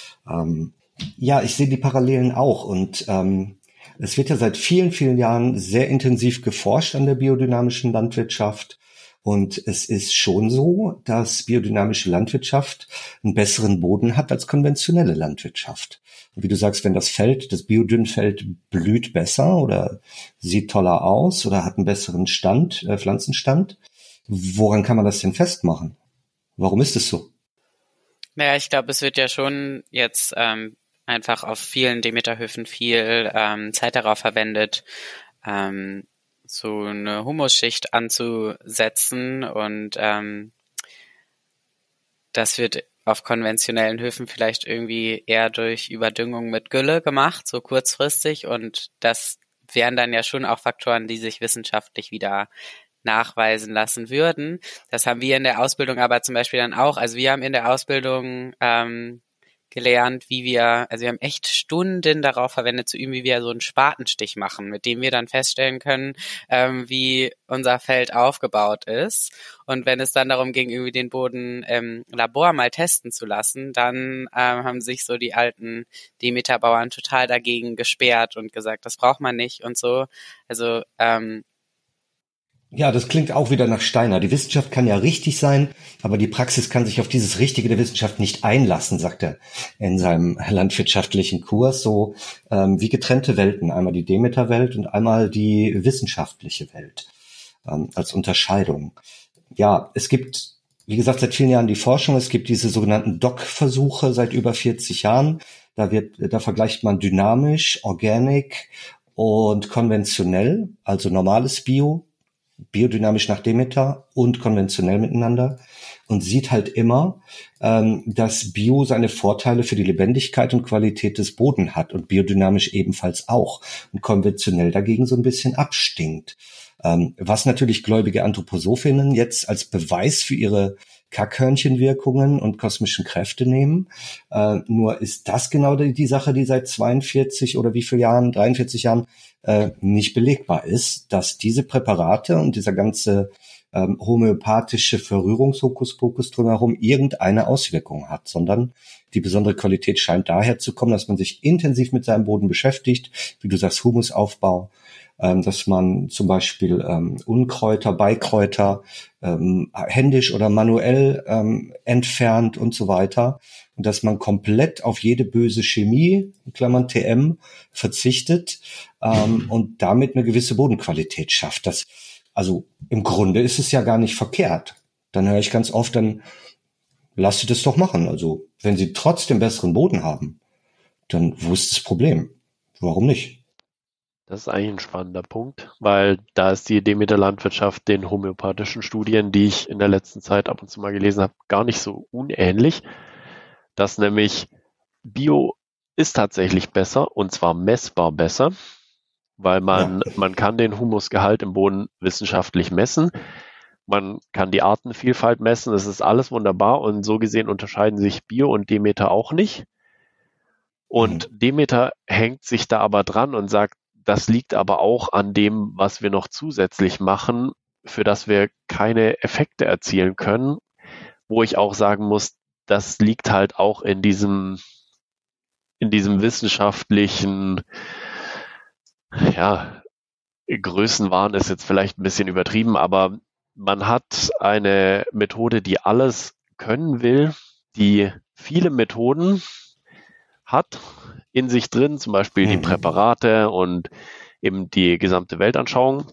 Ja, ich sehe die Parallelen auch und es wird ja seit vielen, vielen Jahren sehr intensiv geforscht an der biodynamischen Landwirtschaft. Und es ist schon so, dass biodynamische Landwirtschaft einen besseren Boden hat als konventionelle Landwirtschaft. Und wie du sagst, wenn das Biodynfeld blüht besser oder sieht toller aus oder hat einen besseren Pflanzenstand, woran kann man das denn festmachen? Warum ist es so? Naja, ich glaube, es wird ja schon jetzt einfach auf vielen Demeterhöfen viel Zeit darauf verwendet, so eine Humusschicht anzusetzen und das wird auf konventionellen Höfen vielleicht irgendwie eher durch Überdüngung mit Gülle gemacht, so kurzfristig und das wären dann ja schon auch Faktoren, die sich wissenschaftlich wieder nachweisen lassen würden. Das haben wir in der Ausbildung aber zum Beispiel dann auch, also wir haben in der Ausbildung gelernt, wir haben echt Stunden darauf verwendet zu üben, wie wir so einen Spatenstich machen, mit dem wir dann feststellen können, wie unser Feld aufgebaut ist. Und wenn es dann darum ging, irgendwie den Boden im Labor mal testen zu lassen, dann haben sich so die alten Demeter-Bauern total dagegen gesperrt und gesagt, das braucht man nicht und so. Also ja, das klingt auch wieder nach Steiner. Die Wissenschaft kann ja richtig sein, aber die Praxis kann sich auf dieses Richtige der Wissenschaft nicht einlassen, sagt er in seinem landwirtschaftlichen Kurs. So wie getrennte Welten, einmal die Demeter-Welt und einmal die wissenschaftliche Welt als Unterscheidung. Ja, es gibt, wie gesagt, seit vielen Jahren die Forschung. Es gibt diese sogenannten DOC-Versuche seit über 40 Jahren. Da vergleicht man dynamisch, organic und konventionell, also normales Bio, biodynamisch nach Demeter und konventionell miteinander und sieht halt immer, dass Bio seine Vorteile für die Lebendigkeit und Qualität des Bodens hat und biodynamisch ebenfalls auch und konventionell dagegen so ein bisschen abstinkt. Was natürlich gläubige Anthroposophinnen jetzt als Beweis für ihre Kackhörnchenwirkungen und kosmischen Kräfte nehmen. Nur ist das genau die Sache, die seit 42 oder wie viel Jahren, 43 Jahren nicht belegbar ist, dass diese Präparate und dieser ganze homöopathische Verrührungshokuspokus drumherum irgendeine Auswirkung hat, sondern die besondere Qualität scheint daher zu kommen, dass man sich intensiv mit seinem Boden beschäftigt, wie du sagst, Humusaufbau, dass man zum Beispiel Unkräuter, Beikräuter händisch oder manuell entfernt und so weiter. Und dass man komplett auf jede böse Chemie, in Klammern TM, verzichtet und damit eine gewisse Bodenqualität schafft. Also im Grunde ist es ja gar nicht verkehrt. Dann höre ich ganz oft, dann lasst sie das doch machen. Also wenn sie trotzdem besseren Boden haben, dann wo ist das Problem? Warum nicht? Das ist eigentlich ein spannender Punkt, weil da ist die Demeter-Landwirtschaft den homöopathischen Studien, die ich in der letzten Zeit ab und zu mal gelesen habe, gar nicht so unähnlich. Dass nämlich Bio ist tatsächlich besser und zwar messbar besser, weil man kann den Humusgehalt im Boden wissenschaftlich messen. Man kann die Artenvielfalt messen. Das ist alles wunderbar und so gesehen unterscheiden sich Bio und Demeter auch nicht. Und Demeter hängt sich da aber dran und sagt, das liegt aber auch an dem, was wir noch zusätzlich machen, für das wir keine Effekte erzielen können, wo ich auch sagen muss, das liegt halt auch in diesem wissenschaftlichen, Größenwahn ist jetzt vielleicht ein bisschen übertrieben, aber man hat eine Methode, die alles können will, die viele Methoden hat in sich drin, zum Beispiel die Präparate und eben die gesamte Weltanschauung.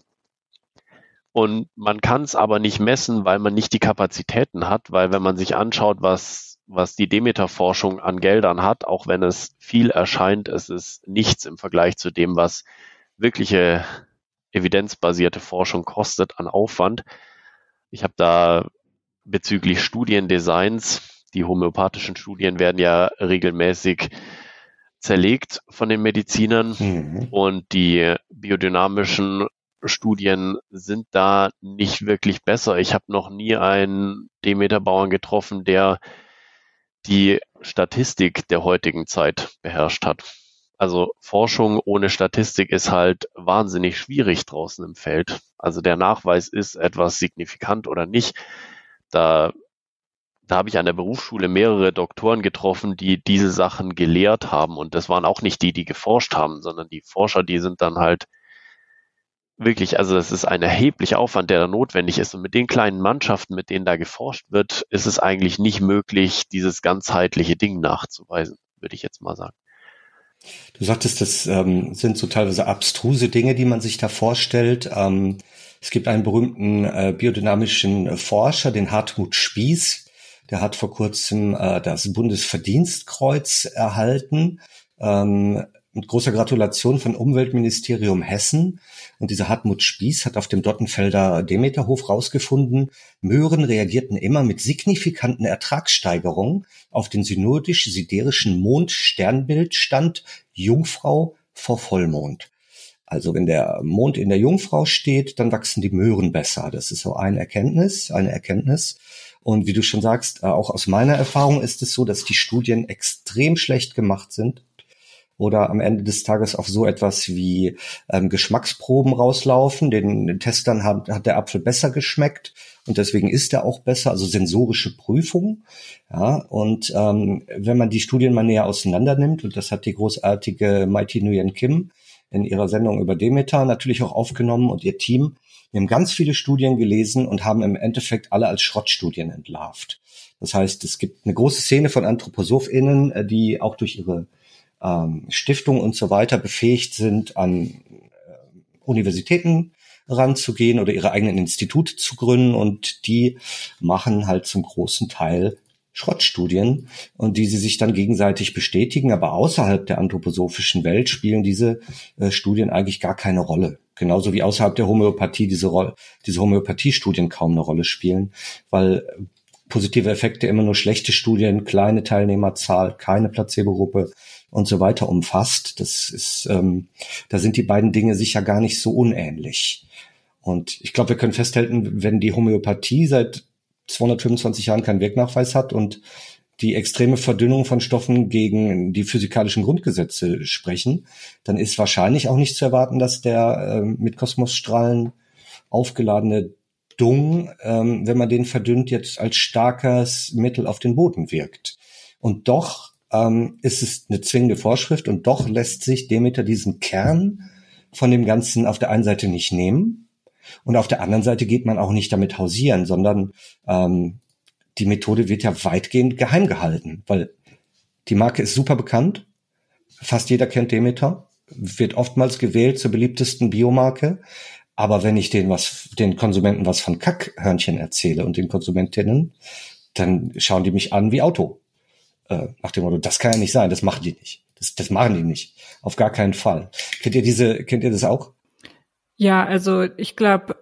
Und man kann es aber nicht messen, weil man nicht die Kapazitäten hat, weil wenn man sich anschaut, was die Demeter-Forschung an Geldern hat, auch wenn es viel erscheint, es ist nichts im Vergleich zu dem, was wirkliche evidenzbasierte Forschung kostet an Aufwand. Ich habe da bezüglich Studiendesigns, die homöopathischen Studien werden ja regelmäßig zerlegt von den Medizinern und die biodynamischen Studien sind da nicht wirklich besser. Ich habe noch nie einen Demeter-Bauern getroffen, der die Statistik der heutigen Zeit beherrscht hat. Also Forschung ohne Statistik ist halt wahnsinnig schwierig draußen im Feld. Also der Nachweis ist etwas signifikant oder nicht. Da habe ich an der Berufsschule mehrere Doktoren getroffen, die diese Sachen gelehrt haben. Und das waren auch nicht die geforscht haben, sondern die Forscher, die sind dann halt wirklich, also das ist ein erheblicher Aufwand, der da notwendig ist. Und mit den kleinen Mannschaften, mit denen da geforscht wird, ist es eigentlich nicht möglich, dieses ganzheitliche Ding nachzuweisen, würde ich jetzt mal sagen. Du sagtest, das sind so teilweise abstruse Dinge, die man sich da vorstellt. Es gibt einen berühmten biodynamischen Forscher, den Hartmut Spieß. Der hat vor kurzem das Bundesverdienstkreuz erhalten. Mit großer Gratulation von Umweltministerium Hessen. Und dieser Hartmut Spieß hat auf dem Dottenfelder Demeterhof rausgefunden, Möhren reagierten immer mit signifikanten Ertragssteigerungen auf den synodisch-siderischen Mond-Sternbildstand Jungfrau vor Vollmond. Also wenn der Mond in der Jungfrau steht, dann wachsen die Möhren besser. Das ist so eine Erkenntnis. Und wie du schon sagst, auch aus meiner Erfahrung ist es so, dass die Studien extrem schlecht gemacht sind oder am Ende des Tages auf so etwas wie Geschmacksproben rauslaufen. Den Testern hat der Apfel besser geschmeckt und deswegen ist er auch besser, also sensorische Prüfung. Ja, und wenn man die Studien mal näher auseinander nimmt, und das hat die großartige Mighty Nguyen Kim in ihrer Sendung über Demeter natürlich auch aufgenommen und ihr Team, wir haben ganz viele Studien gelesen und haben im Endeffekt alle als Schrottstudien entlarvt. Das heißt, es gibt eine große Szene von AnthroposophInnen, die auch durch ihre Stiftung und so weiter befähigt sind, an Universitäten ranzugehen oder ihre eigenen Institute zu gründen und die machen halt zum großen Teil Schrottstudien und die sie sich dann gegenseitig bestätigen, aber außerhalb der anthroposophischen Welt spielen diese Studien eigentlich gar keine Rolle. Genauso wie außerhalb der Homöopathie diese Homöopathiestudien kaum eine Rolle spielen, weil positive Effekte immer nur schlechte Studien, kleine Teilnehmerzahl, keine Placebo-Gruppe und so weiter umfasst. Das ist, da sind die beiden Dinge sicher gar nicht so unähnlich. Und ich glaube, wir können festhalten, wenn die Homöopathie seit 225 Jahren keinen Wirknachweis hat und die extreme Verdünnung von Stoffen gegen die physikalischen Grundgesetze sprechen, dann ist wahrscheinlich auch nicht zu erwarten, dass der mit Kosmosstrahlen aufgeladene Dung, wenn man den verdünnt, jetzt als starkes Mittel auf den Boden wirkt. Und doch ist es eine zwingende Vorschrift und doch lässt sich Demeter diesen Kern von dem Ganzen auf der einen Seite nicht nehmen und auf der anderen Seite geht man auch nicht damit hausieren, sondern die Methode wird ja weitgehend geheim gehalten, weil die Marke ist super bekannt. Fast jeder kennt Demeter, wird oftmals gewählt zur beliebtesten Biomarke. Aber wenn ich den Konsumenten was von Kackhörnchen erzähle und den Konsumentinnen, dann schauen die mich an wie Auto. Nach dem Motto, das kann ja nicht sein, das machen die nicht. Das machen die nicht. Auf gar keinen Fall. Kennt ihr das auch? Ja, also ich glaube,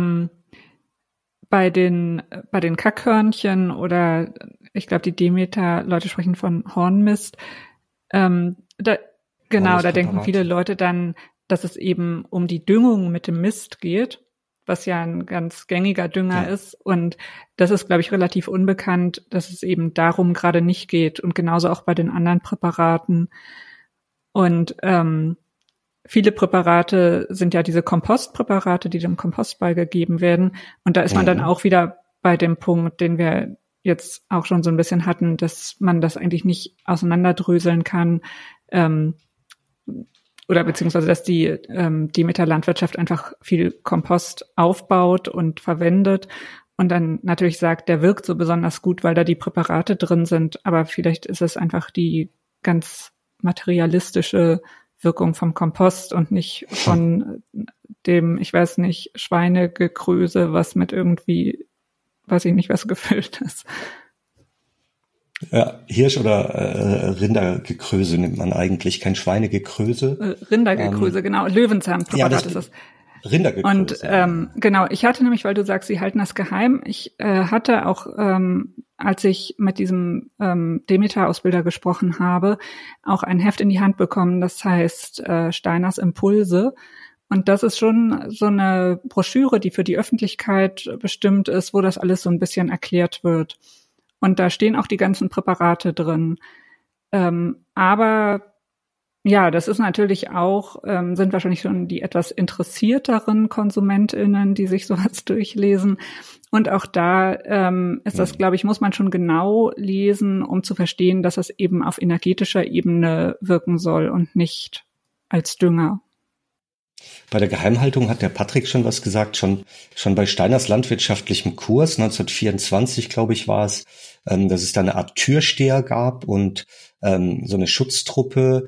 bei den Kackhörnchen oder ich glaube, die Demeter-Leute sprechen von Hornmist. Da denken viele Leute dann, dass es eben um die Düngung mit dem Mist geht, was ja ein ganz gängiger Dünger ist. Und das ist, glaube ich, relativ unbekannt, dass es eben darum gerade nicht geht. Und genauso auch bei den anderen Präparaten. Und viele Präparate sind ja diese Kompostpräparate, die dem Kompost beigegeben werden. Und da ist man dann auch wieder bei dem Punkt, den wir jetzt auch schon so ein bisschen hatten, dass man das eigentlich nicht auseinanderdröseln kann, oder beziehungsweise, dass die Demeter-Landwirtschaft einfach viel Kompost aufbaut und verwendet und dann natürlich sagt, der wirkt so besonders gut, weil da die Präparate drin sind. Aber vielleicht ist es einfach die ganz materialistische Wirkung vom Kompost und nicht von dem, ich weiß nicht, Schweinegekröse, was mit irgendwie, weiß ich nicht, was gefüllt ist. Ja, Hirsch- oder Rindergekröse nimmt man eigentlich, kein Schweinegekröse. Rindergekröse, genau, Löwenzahnpräparat ist es. Rindergekröse. Und genau, ich hatte nämlich, weil du sagst, sie halten das geheim, ich hatte auch, als ich mit diesem Demeter-Ausbilder gesprochen habe, auch ein Heft in die Hand bekommen, das heißt Steiners Impulse. Und das ist schon so eine Broschüre, die für die Öffentlichkeit bestimmt ist, wo das alles so ein bisschen erklärt wird. Und da stehen auch die ganzen Präparate drin. Aber ja, das ist natürlich auch, sind wahrscheinlich schon die etwas interessierteren KonsumentInnen, die sich sowas durchlesen. Und auch da ist das, glaube ich, muss man schon genau lesen, um zu verstehen, dass es eben auf energetischer Ebene wirken soll und nicht als Dünger. Bei der Geheimhaltung hat der Patrick schon was gesagt, schon bei Steiners landwirtschaftlichem Kurs 1924, glaube ich, war es, dass es da eine Art Türsteher gab und so eine Schutztruppe.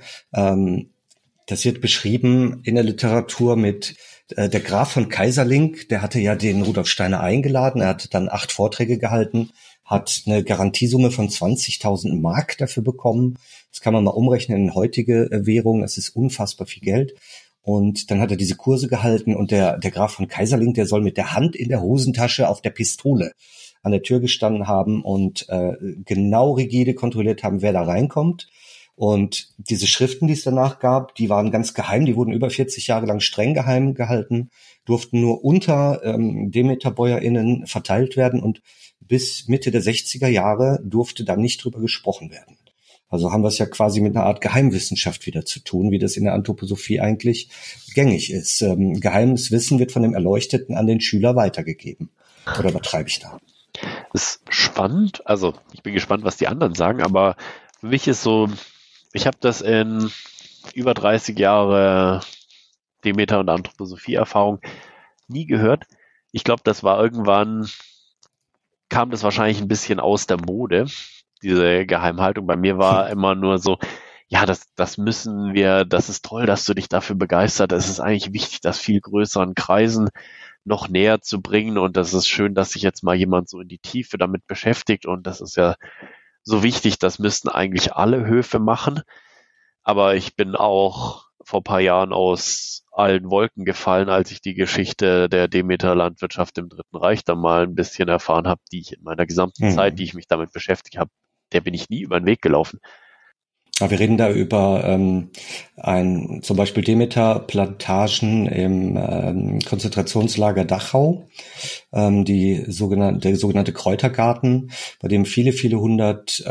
Das wird beschrieben in der Literatur mit der Graf von Kaiserling, der hatte ja den Rudolf Steiner eingeladen, er hatte dann 8 Vorträge gehalten, hat eine Garantiesumme von 20.000 Mark dafür bekommen. Das kann man mal umrechnen in heutige Währung, das ist unfassbar viel Geld. Und dann hat er diese Kurse gehalten und der Graf von Kaiserling, der soll mit der Hand in der Hosentasche auf der Pistole an der Tür gestanden haben und genau rigide kontrolliert haben, wer da reinkommt. Und diese Schriften, die es danach gab, die waren ganz geheim, die wurden über 40 Jahre lang streng geheim gehalten, durften nur unter Demeter-BäuerInnen verteilt werden und bis Mitte der 60er Jahre durfte da nicht drüber gesprochen werden. Also haben wir es ja quasi mit einer Art Geheimwissenschaft wieder zu tun, wie das in der Anthroposophie eigentlich gängig ist. Geheimes Wissen wird von dem Erleuchteten an den Schüler weitergegeben. Oder übertreibe ich da? Ist spannend. Also ich bin gespannt, was die anderen sagen, aber für mich ist so, ich habe das in über 30 Jahre Demeter- und Anthroposophie-Erfahrung nie gehört. Ich glaube, das war irgendwann, kam das wahrscheinlich ein bisschen aus der Mode, diese Geheimhaltung. Bei mir war immer nur so, ja, das müssen wir, das ist toll, dass du dich dafür begeistert. Es ist eigentlich wichtig, das viel größeren Kreisen noch näher zu bringen und das ist schön, dass sich jetzt mal jemand so in die Tiefe damit beschäftigt und das ist ja so wichtig, das müssten eigentlich alle Höfe machen. Aber ich bin auch vor ein paar Jahren aus allen Wolken gefallen, als ich die Geschichte der Demeter-Landwirtschaft im Dritten Reich dann mal ein bisschen erfahren habe, die ich in meiner gesamten Zeit, die ich mich damit beschäftigt habe, der bin ich nie über den Weg gelaufen. Aber wir reden da über zum Beispiel Demeter-Plantagen im Konzentrationslager Dachau, der sogenannte Kräutergarten, bei dem viele, viele hundert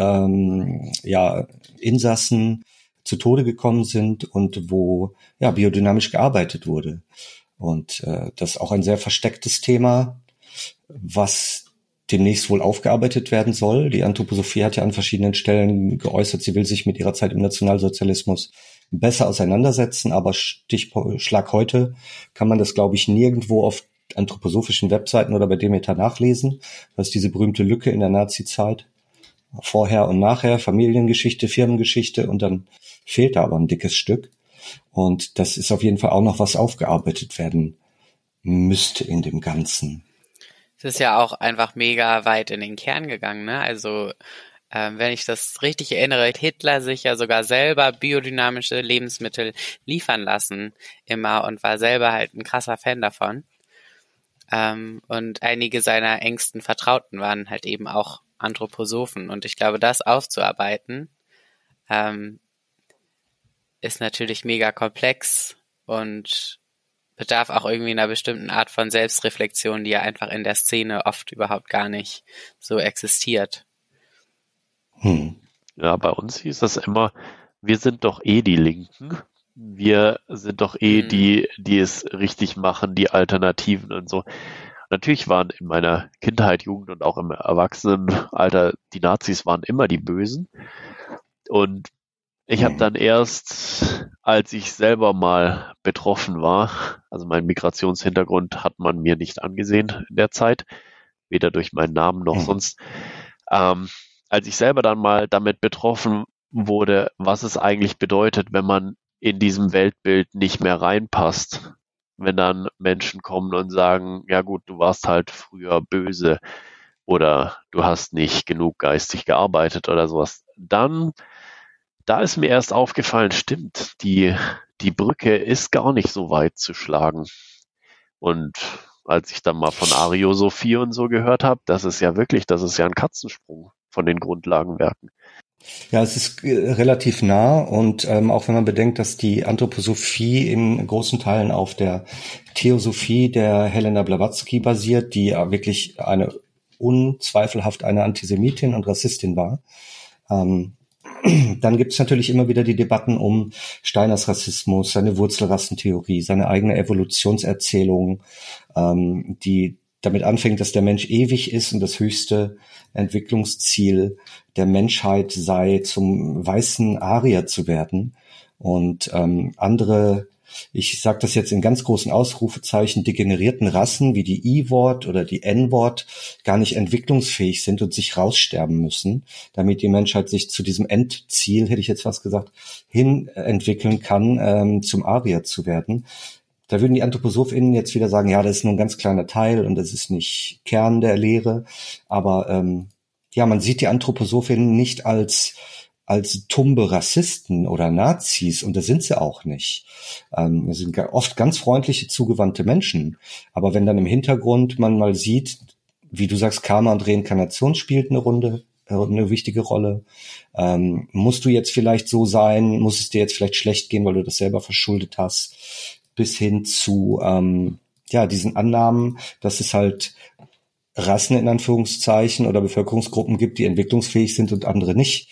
Insassen zu Tode gekommen sind und wo biodynamisch gearbeitet wurde. Und das ist auch ein sehr verstecktes Thema, was demnächst wohl aufgearbeitet werden soll. Die Anthroposophie hat ja an verschiedenen Stellen geäußert, sie will sich mit ihrer Zeit im Nationalsozialismus besser auseinandersetzen, aber Schlag heute kann man das, glaube ich, nirgendwo auf anthroposophischen Webseiten oder bei Demeter nachlesen. Das ist diese berühmte Lücke in der Nazi-Zeit. Vorher und nachher, Familiengeschichte, Firmengeschichte, und dann fehlt da aber ein dickes Stück. Und das ist auf jeden Fall auch noch, was aufgearbeitet werden müsste in dem Ganzen. Es ist ja auch einfach mega weit in den Kern gegangen, ne? Also wenn ich das richtig erinnere, hat Hitler sich ja sogar selber biodynamische Lebensmittel liefern lassen immer und war selber halt ein krasser Fan davon. Und einige seiner engsten Vertrauten waren halt eben auch Anthroposophen. Und ich glaube, das aufzuarbeiten ist natürlich mega komplex und bedarf auch irgendwie einer bestimmten Art von Selbstreflexion, die ja einfach in der Szene oft überhaupt gar nicht so existiert. Ja, bei uns hieß das immer, wir sind doch die Linken. Wir sind doch die es richtig machen, die Alternativen und so. Natürlich waren in meiner Kindheit, Jugend und auch im Erwachsenenalter, die Nazis waren immer die Bösen. Und ich habe dann erst, als ich selber mal betroffen war, also meinen Migrationshintergrund hat man mir nicht angesehen in der Zeit, weder durch meinen Namen noch sonst, als ich selber dann mal damit betroffen wurde, was es eigentlich bedeutet, wenn man in diesem Weltbild nicht mehr reinpasst, wenn dann Menschen kommen und sagen, ja gut, du warst halt früher böse oder du hast nicht genug geistig gearbeitet oder sowas, dann da ist mir erst aufgefallen, stimmt, die Brücke ist gar nicht so weit zu schlagen. Und als ich dann mal von Ariosophie und so gehört habe, das ist ja ein Katzensprung von den Grundlagenwerken. Ja, es ist relativ nah, und auch wenn man bedenkt, dass die Anthroposophie in großen Teilen auf der Theosophie der Helena Blavatsky basiert, die wirklich unzweifelhaft eine Antisemitin und Rassistin war. Dann gibt es natürlich immer wieder die Debatten um Steiners Rassismus, seine Wurzelrassentheorie, seine eigene Evolutionserzählung, die damit anfängt, dass der Mensch ewig ist und das höchste Entwicklungsziel der Menschheit sei, zum weißen Arier zu werden. Und andere, ich sage das jetzt in ganz großen Ausrufezeichen, degenerierten Rassen wie die I-Wort oder die N-Wort gar nicht entwicklungsfähig sind und sich raussterben müssen, damit die Menschheit sich zu diesem Endziel, hätte ich jetzt fast gesagt, hin entwickeln kann, zum Arier zu werden. Da würden die AnthroposophInnen jetzt wieder sagen, ja, das ist nur ein ganz kleiner Teil und das ist nicht Kern der Lehre. Aber man sieht die AnthroposophInnen nicht als tumbe Rassisten oder Nazis, und das sind sie auch nicht. Das sind oft ganz freundliche, zugewandte Menschen. Aber wenn dann im Hintergrund man mal sieht, wie du sagst, Karma und Reinkarnation spielt eine wichtige Rolle. Musst du jetzt vielleicht so sein? Muss es dir jetzt vielleicht schlecht gehen, weil du das selber verschuldet hast? Bis hin zu diesen Annahmen, dass es halt Rassen in Anführungszeichen oder Bevölkerungsgruppen gibt, die entwicklungsfähig sind und andere nicht.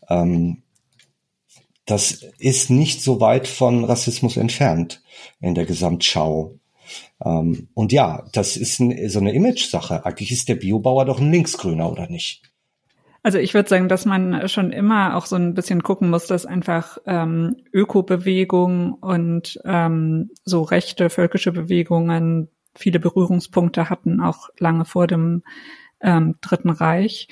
Das ist nicht so weit von Rassismus entfernt in der Gesamtschau. Und ja, das ist so eine Image-Sache. Eigentlich ist der Biobauer doch ein Linksgrüner, oder nicht? Also ich würde sagen, dass man schon immer auch so ein bisschen gucken muss, dass einfach Ökobewegung und so rechte völkische Bewegungen viele Berührungspunkte hatten, auch lange vor dem Dritten Reich.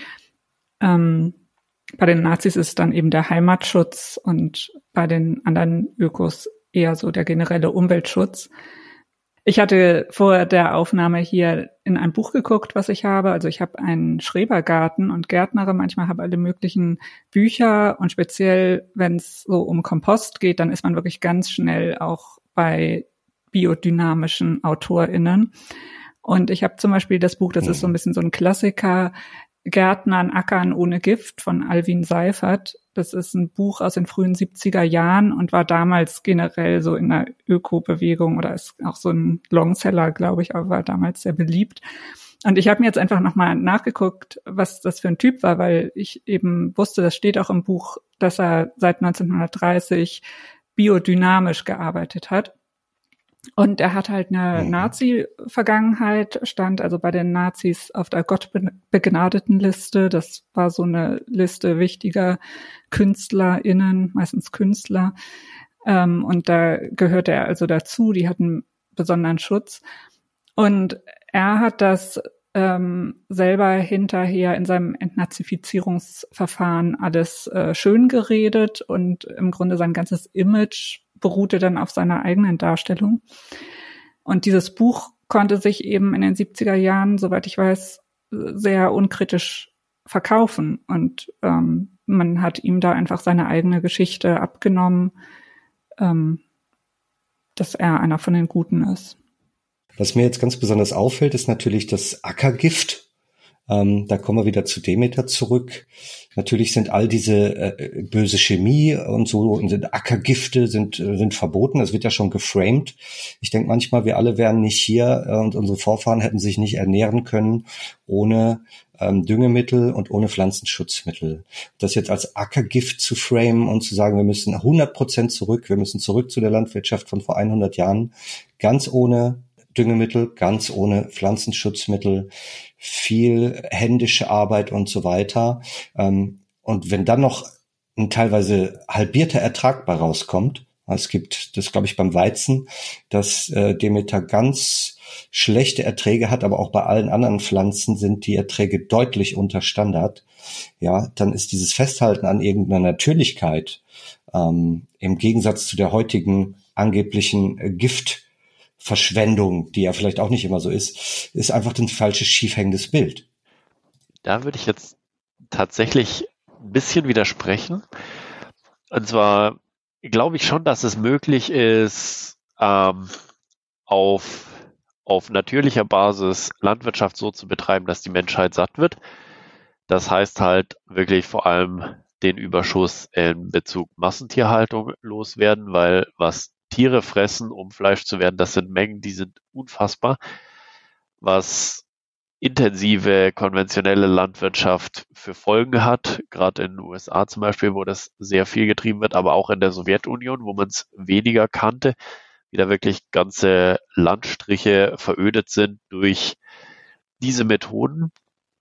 Bei den Nazis ist es dann eben der Heimatschutz und bei den anderen Ökos eher so der generelle Umweltschutz. Ich hatte vor der Aufnahme hier in ein Buch geguckt, was ich habe. Also ich habe einen Schrebergarten und Gärtnere. Manchmal habe alle möglichen Bücher, und speziell, wenn es so um Kompost geht, dann ist man wirklich ganz schnell auch bei biodynamischen AutorInnen. Und ich habe zum Beispiel das Buch, das ist so ein bisschen so ein Klassiker, Gärtnern, Ackern ohne Gift von Alwin Seifert. Das ist ein Buch aus den frühen 70er Jahren und war damals generell so in der Öko-Bewegung oder ist auch so ein Longseller, glaube ich, aber war damals sehr beliebt. Und ich habe mir jetzt einfach nochmal nachgeguckt, was das für ein Typ war, weil ich eben wusste, das steht auch im Buch, dass er seit 1930 biodynamisch gearbeitet hat. Und er hat halt eine Nazi-Vergangenheit, stand also bei den Nazis auf der Gottbegnadeten-Liste. Das war so eine Liste wichtiger KünstlerInnen, meistens Künstler. Und da gehörte er also dazu, die hatten besonderen Schutz. Und er hat das selber hinterher in seinem Entnazifizierungsverfahren alles schön geredet und im Grunde sein ganzes Image beruhte dann auf seiner eigenen Darstellung. Und dieses Buch konnte sich eben in den 70er Jahren, soweit ich weiß, sehr unkritisch verkaufen. Und man hat ihm da einfach seine eigene Geschichte abgenommen, dass er einer von den Guten ist. Was mir jetzt ganz besonders auffällt, ist natürlich das Ackergift. Da kommen wir wieder zu Demeter zurück. Natürlich sind all diese böse Chemie und so und Ackergifte sind verboten. Das wird ja schon geframed. Ich denke manchmal, wir alle wären nicht hier und unsere Vorfahren hätten sich nicht ernähren können ohne Düngemittel und ohne Pflanzenschutzmittel. Das jetzt als Ackergift zu framen und zu sagen, wir müssen 100% zurück, wir müssen zurück zu der Landwirtschaft von vor 100 Jahren, ganz ohne Düngemittel, ganz ohne Pflanzenschutzmittel, viel händische Arbeit und so weiter. Und wenn dann noch ein teilweise halbierter Ertrag bei rauskommt, es gibt das, glaube ich, beim Weizen, dass Demeter ganz schlechte Erträge hat, aber auch bei allen anderen Pflanzen sind die Erträge deutlich unter Standard. Ja, dann ist dieses Festhalten an irgendeiner Natürlichkeit im Gegensatz zu der heutigen angeblichen Giftverschwendung, die ja vielleicht auch nicht immer so ist einfach ein falsches, schiefhängendes Bild. Da würde ich jetzt tatsächlich ein bisschen widersprechen. Und zwar glaube ich schon, dass es möglich ist, auf natürlicher Basis Landwirtschaft so zu betreiben, dass die Menschheit satt wird. Das heißt halt wirklich vor allem den Überschuss in Bezug Massentierhaltung loswerden, weil was Tiere fressen, um Fleisch zu werden, das sind Mengen, die sind unfassbar. Was intensive, konventionelle Landwirtschaft für Folgen hat, gerade in den USA zum Beispiel, wo das sehr viel getrieben wird, aber auch in der Sowjetunion, wo man es weniger kannte, wie da wirklich ganze Landstriche verödet sind durch diese Methoden.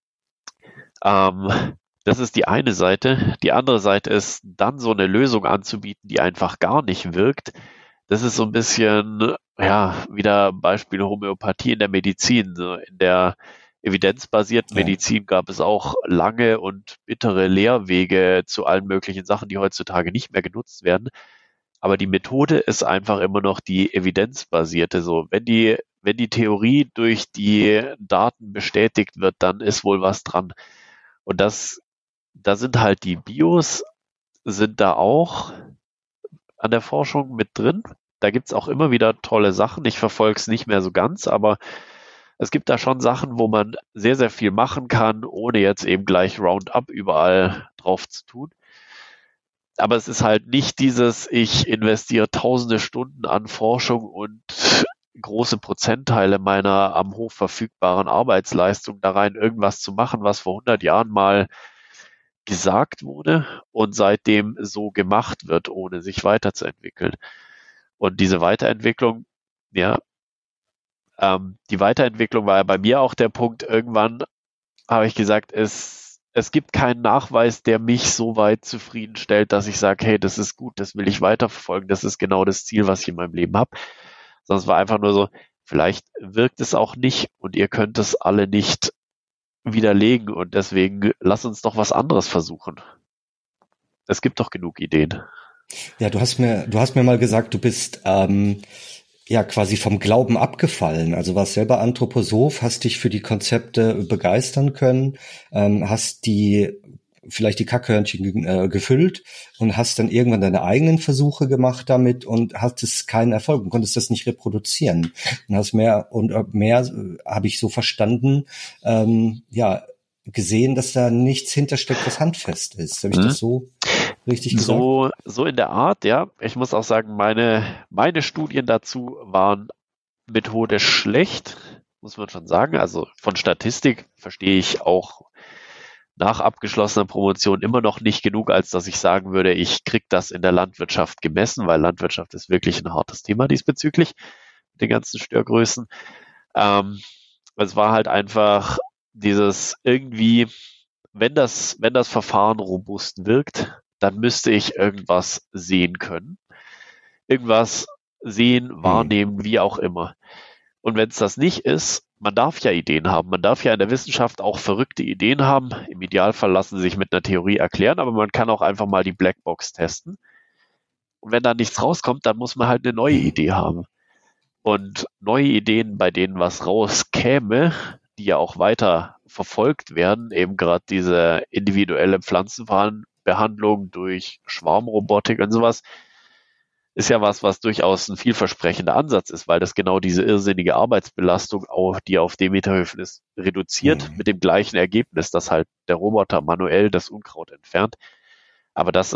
Das ist die eine Seite. Die andere Seite ist, dann so eine Lösung anzubieten, die einfach gar nicht wirkt. Das ist so ein bisschen, ja, wieder Beispiel Homöopathie in der Medizin. In der evidenzbasierten Medizin gab es auch lange und bittere Lehrwege zu allen möglichen Sachen, die heutzutage nicht mehr genutzt werden. Aber die Methode ist einfach immer noch die evidenzbasierte. So, wenn die Theorie durch die Daten bestätigt wird, dann ist wohl was dran. Und da sind halt die Bios, sind da auch an der Forschung mit drin. Da gibt's auch immer wieder tolle Sachen. Ich verfolge es nicht mehr so ganz, aber es gibt da schon Sachen, wo man sehr, sehr viel machen kann, ohne jetzt eben gleich Roundup überall drauf zu tun. Aber es ist halt nicht dieses, ich investiere tausende Stunden an Forschung und große Prozentteile meiner am Hof verfügbaren Arbeitsleistung da rein, irgendwas zu machen, was vor 100 Jahren mal gesagt wurde und seitdem so gemacht wird, ohne sich weiterzuentwickeln. Und diese Weiterentwicklung, ja, die Weiterentwicklung war ja bei mir auch der Punkt, irgendwann habe ich gesagt, es gibt keinen Nachweis, der mich so weit zufriedenstellt, dass ich sage, hey, das ist gut, das will ich weiterverfolgen, das ist genau das Ziel, was ich in meinem Leben habe. Sondern es war einfach nur so, vielleicht wirkt es auch nicht und ihr könnt es alle nicht widerlegen und deswegen lass uns doch was anderes versuchen. Es gibt doch genug Ideen. Ja, du hast mir mal gesagt, du bist ja quasi vom Glauben abgefallen. Also warst selber Anthroposoph, hast dich für die Konzepte begeistern können, hast die vielleicht die Kackhörnchen gefüllt und hast dann irgendwann deine eigenen Versuche gemacht damit und hattest keinen Erfolg und konntest das nicht reproduzieren. Und hast mehr habe ich so verstanden, gesehen, dass da nichts hintersteckt, was handfest ist. Habe ich das so richtig gesagt? So in der Art, ja. Ich muss auch sagen, meine Studien dazu waren methodisch schlecht, muss man schon sagen. Also von Statistik verstehe ich auch nach abgeschlossener Promotion immer noch nicht genug, als dass ich sagen würde, ich kriege das in der Landwirtschaft gemessen, weil Landwirtschaft ist wirklich ein hartes Thema diesbezüglich, mit den ganzen Störgrößen. Es war halt einfach dieses irgendwie, wenn das Verfahren robust wirkt, dann müsste ich irgendwas sehen können. Irgendwas sehen, wahrnehmen, wie auch immer. Und wenn es das nicht ist, man darf ja Ideen haben. Man darf ja in der Wissenschaft auch verrückte Ideen haben. Im Idealfall lassen sie sich mit einer Theorie erklären, aber man kann auch einfach mal die Blackbox testen. Und wenn da nichts rauskommt, dann muss man halt eine neue Idee haben. Und neue Ideen, bei denen was rauskäme, die ja auch weiter verfolgt werden, eben gerade diese individuelle Pflanzenbehandlung durch Schwarmrobotik und sowas, ist ja was durchaus ein vielversprechender Ansatz ist, weil das genau diese irrsinnige Arbeitsbelastung, auch die auf Demeterhöfen ist, reduziert mit dem gleichen Ergebnis, dass halt der Roboter manuell das Unkraut entfernt. Aber das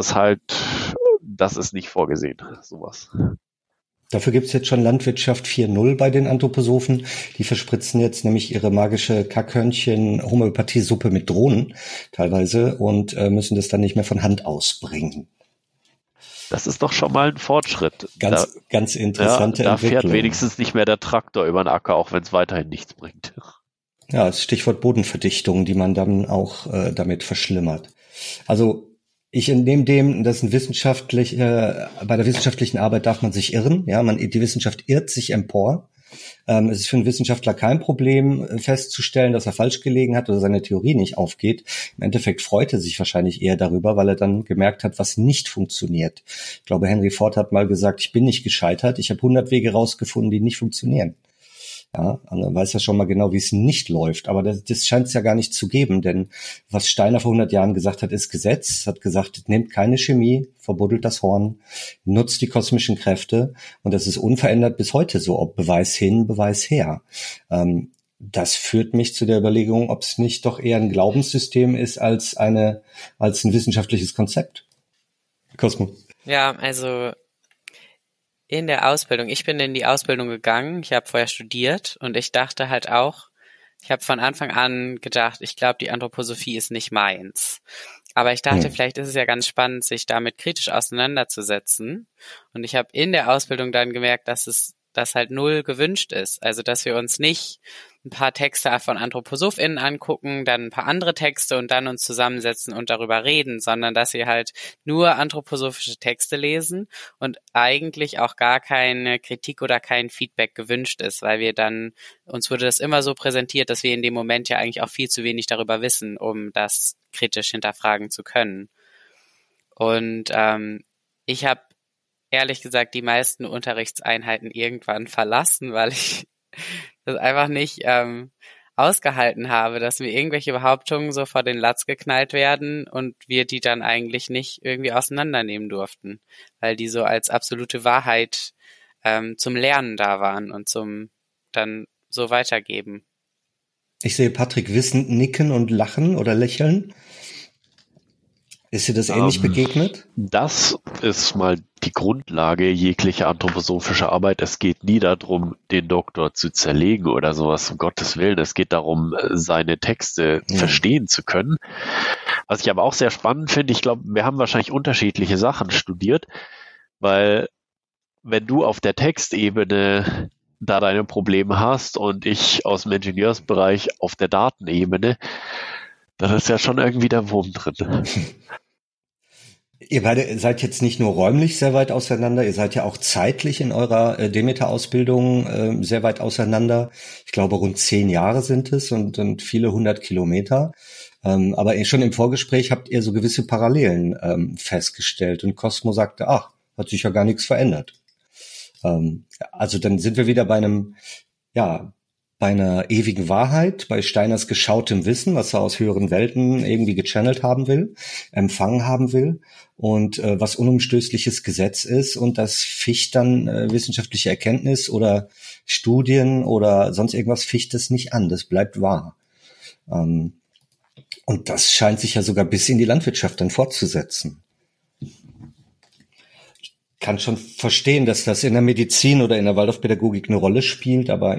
ist nicht vorgesehen, sowas. Dafür gibt's jetzt schon Landwirtschaft 4.0 bei den Anthroposophen. Die verspritzen jetzt nämlich ihre magische Kackhörnchen-Homöopathie-Suppe mit Drohnen teilweise und müssen das dann nicht mehr von Hand ausbringen. Das ist doch schon mal ein Fortschritt. Ganz interessante da Entwicklung. fährt wenigstens nicht mehr der Traktor über den Acker, auch wenn es weiterhin nichts bringt. Ja, das Stichwort Bodenverdichtung, die man dann auch damit verschlimmert. Also ich entnehme dem, dass bei der wissenschaftlichen Arbeit darf man sich irren. Ja, die Wissenschaft irrt sich empor. Es ist für einen Wissenschaftler kein Problem festzustellen, dass er falsch gelegen hat oder seine Theorie nicht aufgeht. Im Endeffekt freut er sich wahrscheinlich eher darüber, weil er dann gemerkt hat, was nicht funktioniert. Ich glaube, Henry Ford hat mal gesagt, ich bin nicht gescheitert, ich habe 100 Wege rausgefunden, die nicht funktionieren. Ja, und dann weiß er schon mal genau, wie es nicht läuft. Aber das scheint es ja gar nicht zu geben, denn was Steiner vor 100 Jahren gesagt hat, ist Gesetz. Hat gesagt, nehmt keine Chemie, verbuddelt das Horn, nutzt die kosmischen Kräfte. Und das ist unverändert bis heute so, ob Beweis hin, Beweis her. Das führt mich zu der Überlegung, ob es nicht doch eher ein Glaubenssystem ist als ein wissenschaftliches Konzept. Cosmo. Ja, also in der Ausbildung, ich bin in die Ausbildung gegangen, ich habe vorher studiert und ich dachte halt auch, ich habe von Anfang an gedacht, ich glaube, die Anthroposophie ist nicht meins. Aber ich dachte, vielleicht ist es ja ganz spannend, sich damit kritisch auseinanderzusetzen. Und ich habe in der Ausbildung dann gemerkt, dass das halt null gewünscht ist. Also, dass wir uns nicht ein paar Texte von AnthroposophInnen angucken, dann ein paar andere Texte und dann uns zusammensetzen und darüber reden, sondern dass wir halt nur anthroposophische Texte lesen und eigentlich auch gar keine Kritik oder kein Feedback gewünscht ist, weil uns wurde das immer so präsentiert, dass wir in dem Moment ja eigentlich auch viel zu wenig darüber wissen, um das kritisch hinterfragen zu können. Und ich habe ehrlich gesagt die meisten Unterrichtseinheiten irgendwann verlassen, weil ich das einfach nicht ausgehalten habe, dass mir irgendwelche Behauptungen so vor den Latz geknallt werden und wir die dann eigentlich nicht irgendwie auseinandernehmen durften, weil die so als absolute Wahrheit zum Lernen da waren und zum dann so weitergeben. Ich sehe Patrick wissend nicken und lachen oder lächeln. Ist dir das ähnlich begegnet? Das ist mal die Grundlage jeglicher anthroposophischer Arbeit. Es geht nie darum, den Doktor zu zerlegen oder sowas, um Gottes Willen. Es geht darum, seine Texte verstehen zu können. Was ich aber auch sehr spannend finde, ich glaube, wir haben wahrscheinlich unterschiedliche Sachen studiert, weil wenn du auf der Textebene da deine Probleme hast und ich aus dem Ingenieursbereich auf der Datenebene, dann ist ja schon irgendwie der Wurm drin. Ihr beide seid jetzt nicht nur räumlich sehr weit auseinander, ihr seid ja auch zeitlich in eurer Demeter-Ausbildung sehr weit auseinander. Ich glaube, rund 10 Jahre sind es und viele 100 Kilometer. Aber schon im Vorgespräch habt ihr so gewisse Parallelen festgestellt. Und Cosmo sagte, ach, hat sich ja gar nichts verändert. Also dann sind wir wieder bei einem bei einer ewigen Wahrheit, bei Steiners geschautem Wissen, was er aus höheren Welten irgendwie gechannelt haben will, empfangen haben will und was unumstößliches Gesetz ist und das ficht dann wissenschaftliche Erkenntnis oder Studien oder sonst irgendwas ficht es nicht an, das bleibt wahr. Und das scheint sich ja sogar bis in die Landwirtschaft dann fortzusetzen. Ich kann schon verstehen, dass das in der Medizin oder in der Waldorfpädagogik eine Rolle spielt, aber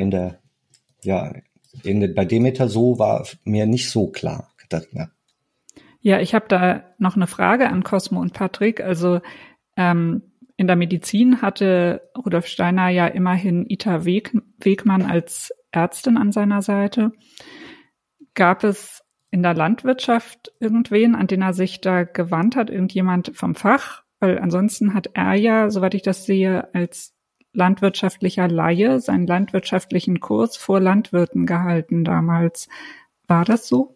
bei Demeter so war mir nicht so klar. Ja, ich habe da noch eine Frage an Cosmo und Patrick. Also in der Medizin hatte Rudolf Steiner ja immerhin Ita Wegmann als Ärztin an seiner Seite. Gab es in der Landwirtschaft irgendwen, an den er sich da gewandt hat, irgendjemand vom Fach? Weil ansonsten hat er ja, soweit ich das sehe, als landwirtschaftlicher Laie seinen landwirtschaftlichen Kurs vor Landwirten gehalten damals. War das so?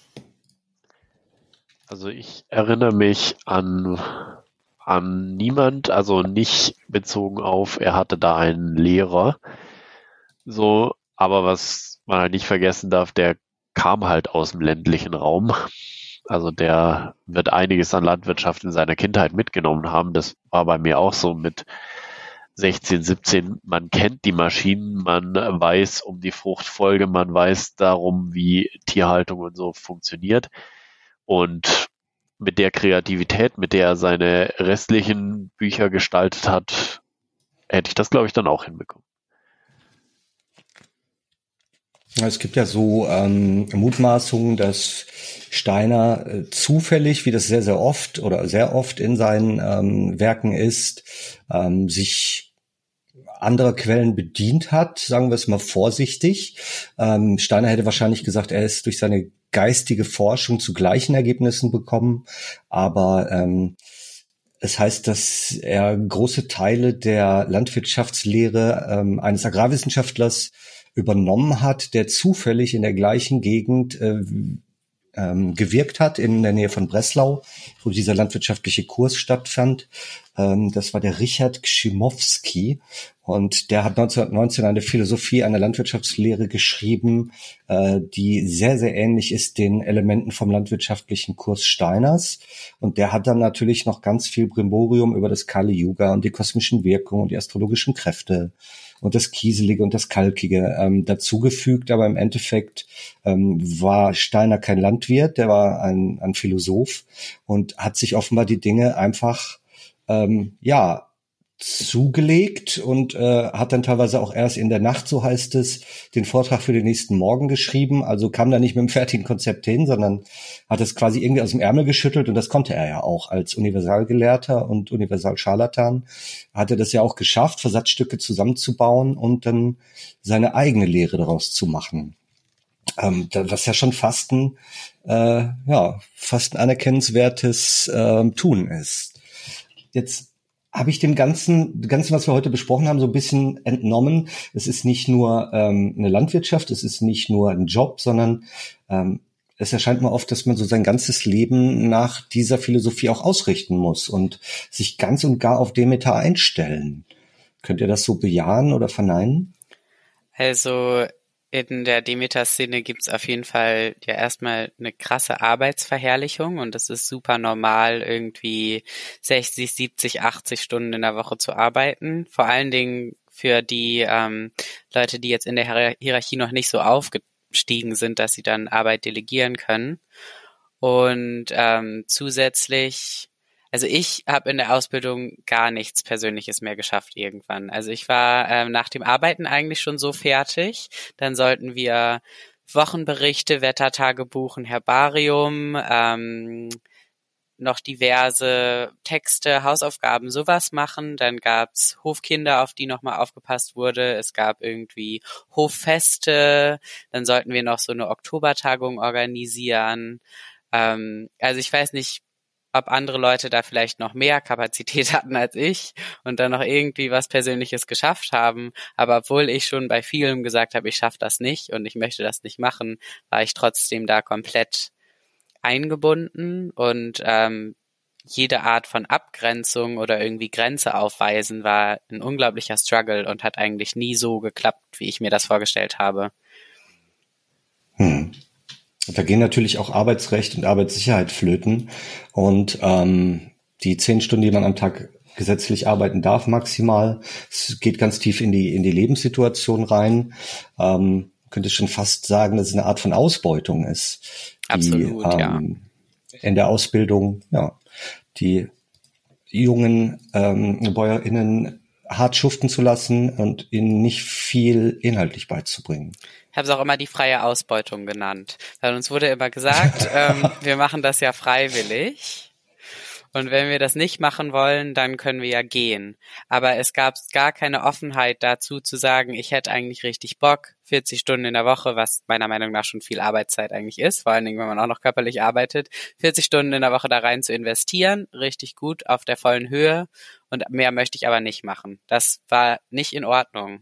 Also ich erinnere mich an niemand, also nicht bezogen auf, er hatte da einen Lehrer. So, aber was man halt nicht vergessen darf, der kam halt aus dem ländlichen Raum. Also der wird einiges an Landwirtschaft in seiner Kindheit mitgenommen haben. Das war bei mir auch so mit 16, 17, man kennt die Maschinen, man weiß um die Fruchtfolge, man weiß darum, wie Tierhaltung und so funktioniert. Und mit der Kreativität, mit der er seine restlichen Bücher gestaltet hat, hätte ich das, glaube ich, dann auch hinbekommen. Es gibt ja so Mutmaßungen, dass Steiner zufällig, wie das sehr, sehr oft oder sehr oft in seinen Werken ist, sich anderer Quellen bedient hat, sagen wir es mal vorsichtig. Steiner hätte wahrscheinlich gesagt, er ist durch seine geistige Forschung zu gleichen Ergebnissen gekommen, aber es heißt, dass er große Teile der Landwirtschaftslehre eines Agrarwissenschaftlers übernommen hat, der zufällig in der gleichen Gegend gewirkt hat, in der Nähe von Breslau, wo dieser landwirtschaftliche Kurs stattfand. Das war der Richard Grzymowski und der hat 1919 eine Philosophie einer Landwirtschaftslehre geschrieben, die sehr, sehr ähnlich ist den Elementen vom landwirtschaftlichen Kurs Steiners. Und der hat dann natürlich noch ganz viel Brimborium über das Kali Yuga und die kosmischen Wirkungen und die astrologischen Kräfte und das Kieselige und das Kalkige dazugefügt, aber im Endeffekt war Steiner kein Landwirt, der war ein Philosoph und hat sich offenbar die Dinge einfach zugelegt und hat dann teilweise auch erst in der Nacht, so heißt es, den Vortrag für den nächsten Morgen geschrieben, also kam da nicht mit dem fertigen Konzept hin, sondern hat es quasi irgendwie aus dem Ärmel geschüttelt und das konnte er ja auch als Universalgelehrter und Universalscharlatan, hat er das ja auch geschafft, Versatzstücke zusammenzubauen und dann seine eigene Lehre daraus zu machen. Was ja schon fast ein anerkennenswertes Tun ist. Jetzt habe ich dem Ganzen, was wir heute besprochen haben, so ein bisschen entnommen. Es ist nicht nur eine Landwirtschaft, es ist nicht nur ein Job, sondern es erscheint mir oft, dass man so sein ganzes Leben nach dieser Philosophie auch ausrichten muss und sich ganz und gar auf Demeter einstellen. Könnt ihr das so bejahen oder verneinen? Also in der Demeter-Szene gibt's auf jeden Fall ja erstmal eine krasse Arbeitsverherrlichung und es ist super normal, irgendwie 60, 70, 80 Stunden in der Woche zu arbeiten. Vor allen Dingen für die Leute, die jetzt in der Hierarchie noch nicht so aufgestiegen sind, dass sie dann Arbeit delegieren können. Und zusätzlich, also ich habe in der Ausbildung gar nichts Persönliches mehr geschafft irgendwann. Also ich war nach dem Arbeiten eigentlich schon so fertig. Dann sollten wir Wochenberichte, Wettertagebuch, ein Herbarium, noch diverse Texte, Hausaufgaben, sowas machen. Dann gab's Hofkinder, auf die nochmal aufgepasst wurde. Es gab irgendwie Hoffeste. Dann sollten wir noch so eine Oktobertagung organisieren. Also ich weiß nicht, ob andere Leute da vielleicht noch mehr Kapazität hatten als ich und dann noch irgendwie was Persönliches geschafft haben. Aber obwohl ich schon bei vielem gesagt habe, ich schaffe das nicht und ich möchte das nicht machen, war ich trotzdem da komplett eingebunden und jede Art von Abgrenzung oder irgendwie Grenze aufweisen war ein unglaublicher Struggle und hat eigentlich nie so geklappt, wie ich mir das vorgestellt habe. Da gehen natürlich auch Arbeitsrecht und Arbeitssicherheit flöten. Und die 10 Stunden, die man am Tag gesetzlich arbeiten darf, maximal, es geht ganz tief in die Lebenssituation rein. Könnte schon fast sagen, dass es eine Art von Ausbeutung ist. Absolut, ja. In der Ausbildung, ja, die jungen BäuerInnen hart schuften zu lassen und ihnen nicht viel inhaltlich beizubringen. Ich habe es auch immer die freie Ausbeutung genannt, weil uns wurde immer gesagt, wir machen das ja freiwillig. Und wenn wir das nicht machen wollen, dann können wir ja gehen. Aber es gab gar keine Offenheit dazu zu sagen, ich hätte eigentlich richtig Bock, 40 Stunden in der Woche, was meiner Meinung nach schon viel Arbeitszeit eigentlich ist, vor allen Dingen, wenn man auch noch körperlich arbeitet, 40 Stunden in der Woche da rein zu investieren, richtig gut, auf der vollen Höhe. Und mehr möchte ich aber nicht machen. Das war nicht in Ordnung.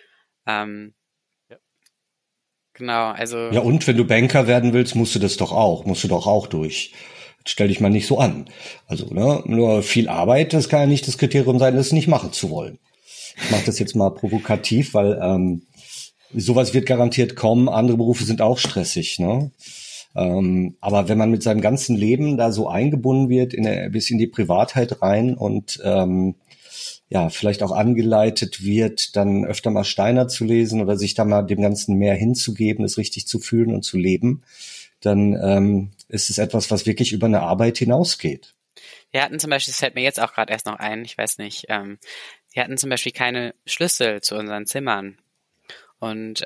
Genau, also. Ja, und wenn du Banker werden willst, musst du doch auch durch. Stell dich mal nicht so an. Also, ne, nur viel Arbeit, das kann ja nicht das Kriterium sein, das nicht machen zu wollen. Ich mache das jetzt mal provokativ, weil sowas wird garantiert kommen. Andere Berufe sind auch stressig, ne? Aber wenn man mit seinem ganzen Leben da so eingebunden wird, bis in die Privatheit rein und vielleicht auch angeleitet wird, dann öfter mal Steiner zu lesen oder sich da mal dem Ganzen mehr hinzugeben, es richtig zu fühlen und zu leben, dann ist es etwas, was wirklich über eine Arbeit hinausgeht. Wir hatten zum Beispiel, das fällt mir jetzt auch gerade erst noch ein, ich weiß nicht, wir hatten zum Beispiel keine Schlüssel zu unseren Zimmern. Und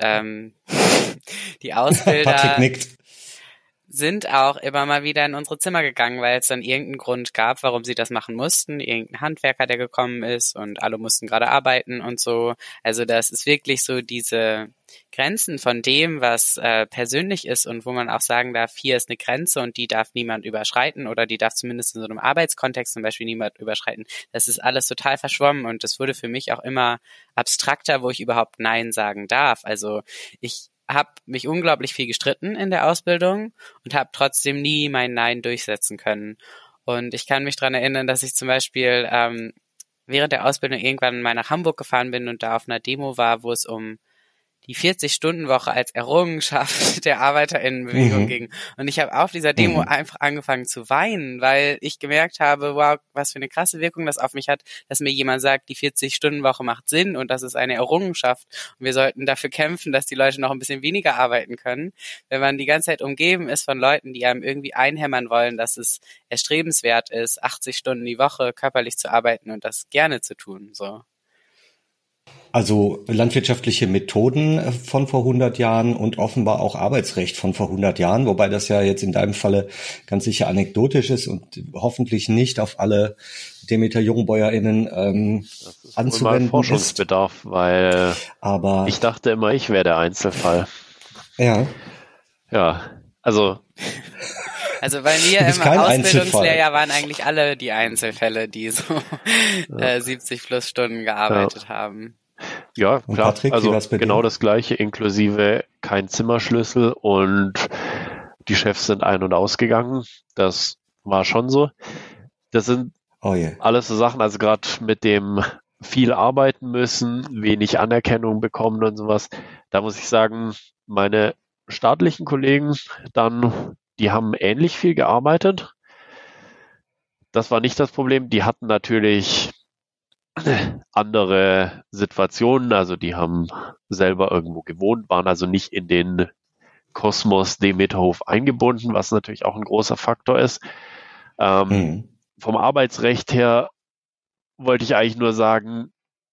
die Ausbilder Patrick nickt. Sind auch immer mal wieder in unsere Zimmer gegangen, weil es dann irgendeinen Grund gab, warum sie das machen mussten. Irgendein Handwerker, der gekommen ist und alle mussten gerade arbeiten und so. Also das ist wirklich so diese Grenzen von dem, was persönlich ist und wo man auch sagen darf, hier ist eine Grenze und die darf niemand überschreiten oder die darf zumindest in so einem Arbeitskontext zum Beispiel niemand überschreiten. Das ist alles total verschwommen und das wurde für mich auch immer abstrakter, wo ich überhaupt Nein sagen darf. Also ich habe mich unglaublich viel gestritten in der Ausbildung und habe trotzdem nie mein Nein durchsetzen können. Und ich kann mich daran erinnern, dass ich zum Beispiel während der Ausbildung irgendwann mal nach Hamburg gefahren bin und da auf einer Demo war, wo es um die 40-Stunden-Woche als Errungenschaft der ArbeiterInnenbewegung ging. Und ich habe auf dieser Demo einfach angefangen zu weinen, weil ich gemerkt habe, wow, was für eine krasse Wirkung das auf mich hat, dass mir jemand sagt, die 40-Stunden-Woche macht Sinn und das ist eine Errungenschaft. Und wir sollten dafür kämpfen, dass die Leute noch ein bisschen weniger arbeiten können. Wenn man die ganze Zeit umgeben ist von Leuten, die einem irgendwie einhämmern wollen, dass es erstrebenswert ist, 80 Stunden die Woche körperlich zu arbeiten und das gerne zu tun, so. Also landwirtschaftliche Methoden von vor 100 Jahren und offenbar auch Arbeitsrecht von vor 100 Jahren, wobei das ja jetzt in deinem Falle ganz sicher anekdotisch ist und hoffentlich nicht auf alle Demeter-JungbäuerInnen anzuwenden ist. Forschungsbedarf, weil ich dachte immer, ich wäre der Einzelfall. Ja. Ja, also bei mir im Ausbildungslehrjahr waren eigentlich alle die Einzelfälle, die so 70 plus Stunden gearbeitet haben. Ja, klar, Patrick, also genau das Gleiche, inklusive kein Zimmerschlüssel und die Chefs sind ein- und ausgegangen. Das war schon so. Das sind alles so Sachen, also gerade mit dem viel arbeiten müssen, wenig Anerkennung bekommen und sowas. Da muss ich sagen, meine staatlichen Kollegen die haben ähnlich viel gearbeitet. Das war nicht das Problem. Die hatten natürlich andere Situationen. Also die haben selber irgendwo gewohnt, waren also nicht in den Kosmos Demeterhof eingebunden, was natürlich auch ein großer Faktor ist. Vom Arbeitsrecht her wollte ich eigentlich nur sagen,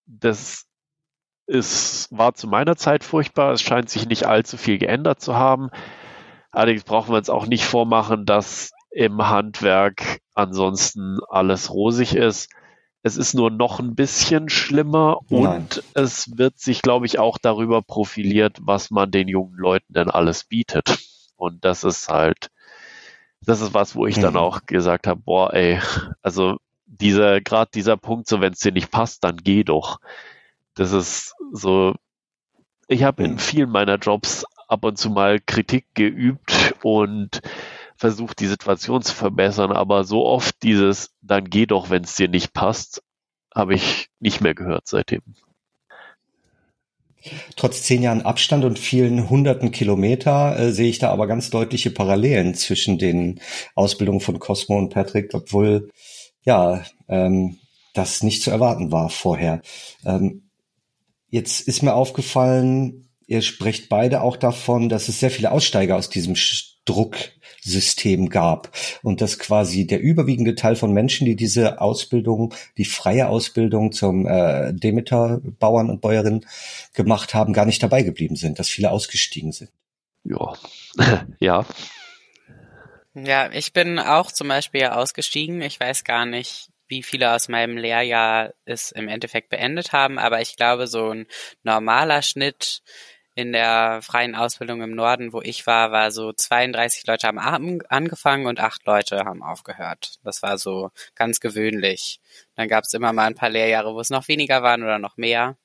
war zu meiner Zeit furchtbar. Es scheint sich nicht allzu viel geändert zu haben. Allerdings brauchen wir uns auch nicht vormachen, dass im Handwerk ansonsten alles rosig ist. Es ist nur noch ein bisschen schlimmer und es wird sich, glaube ich, auch darüber profiliert, was man den jungen Leuten denn alles bietet. Und das ist was, wo ich dann auch gesagt habe, boah, ey, also gerade dieser Punkt, so wenn es dir nicht passt, dann geh doch. Das ist so, ich habe in vielen meiner Jobs ab und zu mal Kritik geübt und versucht, die Situation zu verbessern, aber so oft dann geh doch, wenn es dir nicht passt, habe ich nicht mehr gehört seitdem. Trotz 10 Jahren Abstand und vielen hunderten Kilometer sehe ich da aber ganz deutliche Parallelen zwischen den Ausbildungen von Cosmo und Patrick, obwohl das nicht zu erwarten war vorher. Jetzt ist mir aufgefallen, ihr sprecht beide auch davon, dass es sehr viele Aussteiger aus diesem Drucksystem gab und dass quasi der überwiegende Teil von Menschen, die diese Ausbildung, die freie Ausbildung zum Demeter-Bauern und Bäuerinnen gemacht haben, gar nicht dabei geblieben sind, dass viele ausgestiegen sind. Ja, ja. Ja, ich bin auch zum Beispiel ausgestiegen. Ich weiß gar nicht, wie viele aus meinem Lehrjahr es im Endeffekt beendet haben, aber ich glaube, so ein normaler Schnitt in der freien Ausbildung im Norden, wo ich war so 32 Leute haben angefangen und 8 Leute haben aufgehört. Das war so ganz gewöhnlich. Dann gab es immer mal ein paar Lehrjahre, wo es noch weniger waren oder noch mehr.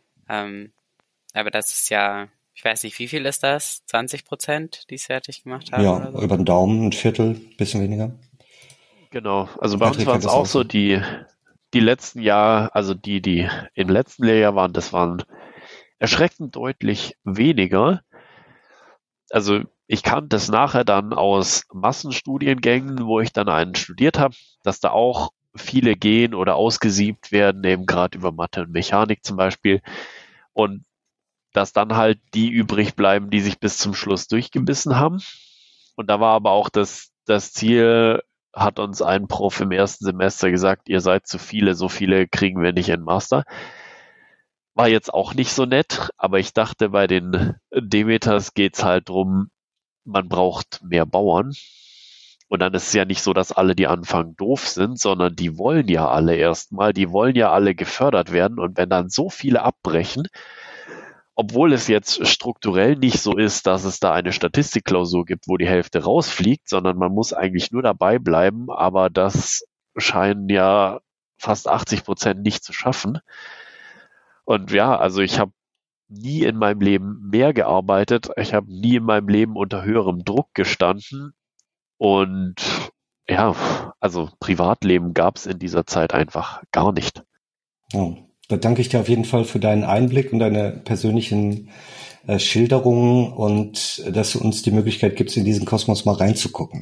Aber das ist ja, ich weiß nicht, wie viel ist das? 20%, die es fertig gemacht haben? Ja, oder so? über den Daumen, ein Viertel, bisschen weniger. Genau, also bei Patrick, uns waren es hat das auch so, die letzten Jahre, also die im letzten Lehrjahr waren, das waren erschreckend deutlich weniger. Also ich kannte das nachher dann aus Massenstudiengängen, wo ich dann einen studiert habe, dass da auch viele gehen oder ausgesiebt werden, eben gerade über Mathe und Mechanik zum Beispiel. Und dass dann halt die übrig bleiben, die sich bis zum Schluss durchgebissen haben. Und da war aber auch das Ziel, hat uns ein Prof im ersten Semester gesagt, ihr seid zu viele, so viele kriegen wir nicht in Master. War jetzt auch nicht so nett, aber ich dachte, bei den Demeters geht's halt drum, man braucht mehr Bauern. Und dann ist es ja nicht so, dass alle, die anfangen, doof sind, sondern die wollen ja alle erstmal, die wollen ja alle gefördert werden. Und wenn dann so viele abbrechen, obwohl es jetzt strukturell nicht so ist, dass es da eine Statistikklausur gibt, wo die Hälfte rausfliegt, sondern man muss eigentlich nur dabei bleiben, aber das scheinen ja fast 80% nicht zu schaffen. Und ja, also ich habe nie in meinem Leben mehr gearbeitet, ich habe nie in meinem Leben unter höherem Druck gestanden und ja, also Privatleben gab es in dieser Zeit einfach gar nicht. Oh. Da danke ich dir auf jeden Fall für deinen Einblick und deine persönlichen Schilderungen und dass du uns die Möglichkeit gibst, in diesen Kosmos mal reinzugucken.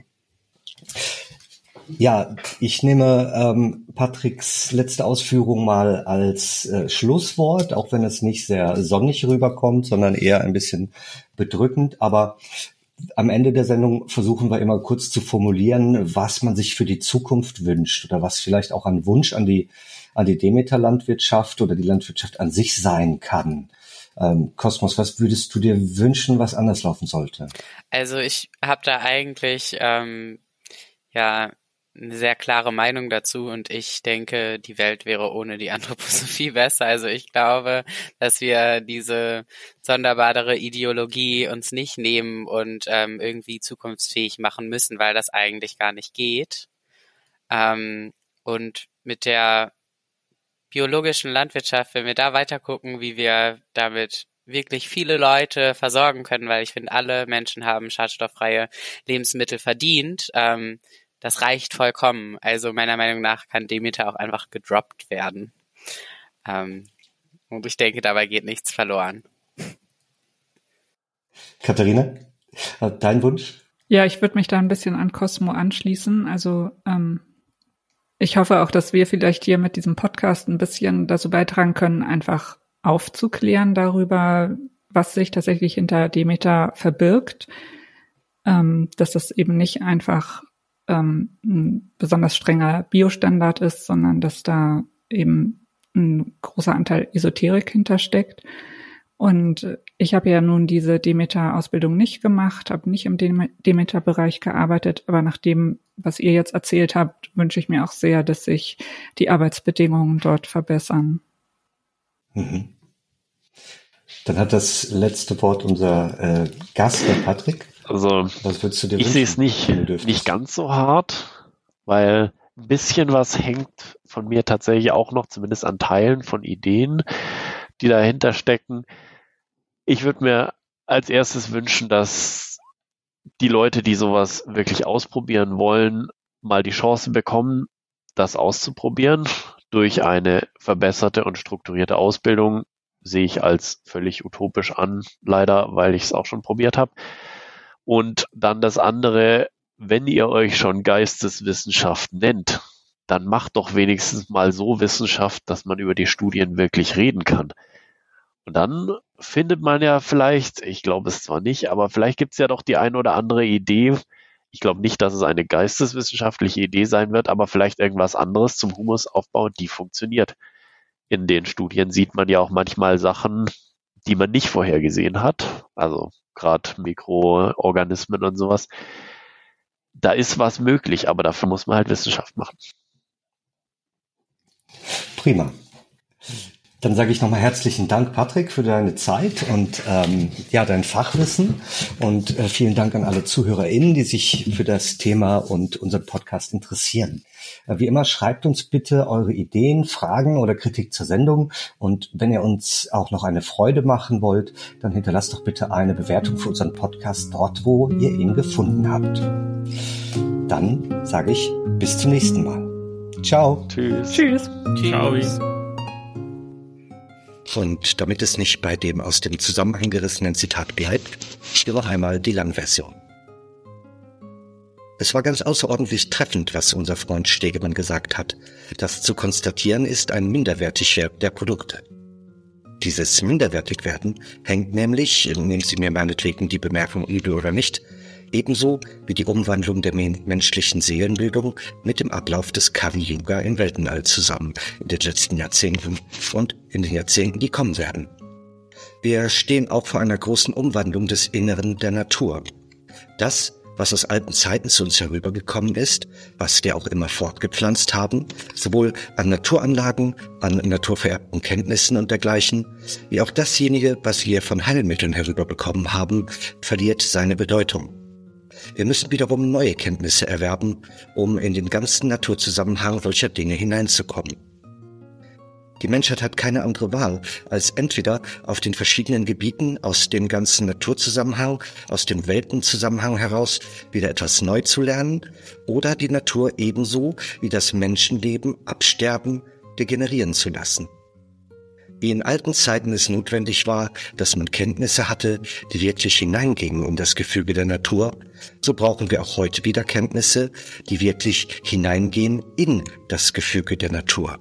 Ja, ich nehme Patricks letzte Ausführung mal als Schlusswort, auch wenn es nicht sehr sonnig rüberkommt, sondern eher ein bisschen bedrückend. Aber am Ende der Sendung versuchen wir immer kurz zu formulieren, was man sich für die Zukunft wünscht oder was vielleicht auch ein Wunsch an die Demeter-Landwirtschaft oder die Landwirtschaft an sich sein kann. Kosmos, was würdest du dir wünschen, was anders laufen sollte? Also ich habe da eigentlich eine sehr klare Meinung dazu und ich denke, die Welt wäre ohne die Anthroposophie besser. Also ich glaube, dass wir diese sonderbare Ideologie uns nicht nehmen und irgendwie zukunftsfähig machen müssen, weil das eigentlich gar nicht geht. Und mit der biologischen Landwirtschaft, wenn wir da weiter gucken, wie wir damit wirklich viele Leute versorgen können, weil ich finde, alle Menschen haben schadstofffreie Lebensmittel verdient, das reicht vollkommen. Also meiner Meinung nach kann Demeter auch einfach gedroppt werden. Und ich denke, dabei geht nichts verloren. Katharina, dein Wunsch? Ja, ich würde mich da ein bisschen an Cosmo anschließen. Also ich hoffe auch, dass wir vielleicht hier mit diesem Podcast ein bisschen dazu beitragen können, einfach aufzuklären darüber, was sich tatsächlich hinter Demeter verbirgt. Dass das eben nicht einfach ein besonders strenger Biostandard ist, sondern dass da eben ein großer Anteil Esoterik hintersteckt. Und ich habe ja nun diese Demeter-Ausbildung nicht gemacht, habe nicht im Demeter-Bereich gearbeitet, aber nach dem, was ihr jetzt erzählt habt, wünsche ich mir auch sehr, dass sich die Arbeitsbedingungen dort verbessern. Mhm. Dann hat das letzte Wort unser Gast, der Patrick. Also was würdest du dir ich sehe es wünschen, nicht ganz so hart, weil ein bisschen was hängt von mir tatsächlich auch noch, zumindest an Teilen von Ideen, die dahinter stecken. Ich würde mir als erstes wünschen, dass die Leute, die sowas wirklich ausprobieren wollen, mal die Chance bekommen, das auszuprobieren durch eine verbesserte und strukturierte Ausbildung, sehe ich als völlig utopisch an, leider, weil ich es auch schon probiert habe. Und dann das andere, wenn ihr euch schon Geisteswissenschaft nennt, dann macht doch wenigstens mal so Wissenschaft, dass man über die Studien wirklich reden kann. Und dann findet man ja vielleicht, ich glaube es zwar nicht, aber vielleicht gibt es ja doch die ein oder andere Idee. Ich glaube nicht, dass es eine geisteswissenschaftliche Idee sein wird, aber vielleicht irgendwas anderes zum Humusaufbau, die funktioniert. In den Studien sieht man ja auch manchmal Sachen, die man nicht vorhergesehen hat. Also gerade Mikroorganismen und sowas. Da ist was möglich, aber dafür muss man halt Wissenschaft machen. Prima. Dann sage ich nochmal herzlichen Dank, Patrick, für deine Zeit und dein Fachwissen. Und vielen Dank an alle ZuhörerInnen, die sich für das Thema und unseren Podcast interessieren. Wie immer, schreibt uns bitte eure Ideen, Fragen oder Kritik zur Sendung. Und wenn ihr uns auch noch eine Freude machen wollt, dann hinterlasst doch bitte eine Bewertung für unseren Podcast dort, wo ihr ihn gefunden habt. Dann sage ich bis zum nächsten Mal. Ciao. Tschüss. Tschüss. Ciao. Und damit es nicht bei dem aus dem Zusammenhang gerissenen Zitat bleibt, hier noch einmal die Langversion. Es war ganz außerordentlich treffend, was unser Freund Stegemann gesagt hat. Das zu konstatieren ist ein Minderwertigwerden der Produkte. Dieses Minderwertigwerden hängt nämlich, nehmen Sie mir meinetwegen die Bemerkung übel oder nicht, ebenso wie die Umwandlung der menschlichen Seelenbildung mit dem Ablauf des Kali-Yuga im Weltall zusammen in den letzten Jahrzehnten und in den Jahrzehnten, die kommen werden. Wir stehen auch vor einer großen Umwandlung des Inneren der Natur. Das, was aus alten Zeiten zu uns herübergekommen ist, was wir auch immer fortgepflanzt haben, sowohl an Naturanlagen, an naturvererbten Kenntnissen und dergleichen, wie auch dasjenige, was wir von Heilmitteln herüberbekommen haben, verliert seine Bedeutung. Wir müssen wiederum neue Kenntnisse erwerben, um in den ganzen Naturzusammenhang solcher Dinge hineinzukommen. Die Menschheit hat keine andere Wahl, als entweder auf den verschiedenen Gebieten aus dem ganzen Naturzusammenhang, aus dem Weltenzusammenhang heraus wieder etwas neu zu lernen oder die Natur ebenso wie das Menschenleben absterben, degenerieren zu lassen. Wie in alten Zeiten es notwendig war, dass man Kenntnisse hatte, die wirklich hineingingen in das Gefüge der Natur, so brauchen wir auch heute wieder Kenntnisse, die wirklich hineingehen in das Gefüge der Natur.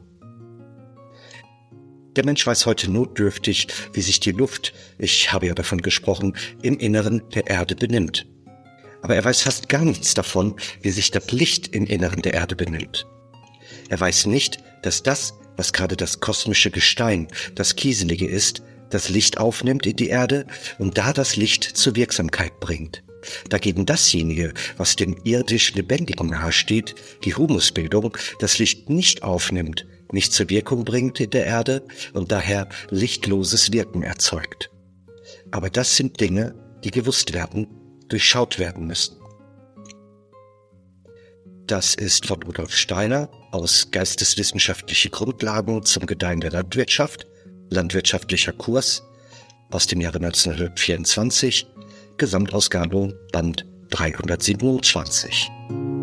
Der Mensch weiß heute notdürftig, wie sich die Luft, ich habe ja davon gesprochen, im Inneren der Erde benimmt. Aber er weiß fast gar nichts davon, wie sich das Licht im Inneren der Erde benimmt. Er weiß nicht, dass das, was gerade das kosmische Gestein, das Kieselige ist, das Licht aufnimmt in die Erde und da das Licht zur Wirksamkeit bringt. Dagegen dasjenige, was dem irdisch Lebendigen nahesteht, die Humusbildung, das Licht nicht aufnimmt, nicht zur Wirkung bringt in der Erde und daher lichtloses Wirken erzeugt. Aber das sind Dinge, die gewusst werden, durchschaut werden müssen. Das ist von Rudolf Steiner aus Geisteswissenschaftliche Grundlagen zum Gedeihen der Landwirtschaft, landwirtschaftlicher Kurs aus dem Jahre 1924, Gesamtausgabe Band 327.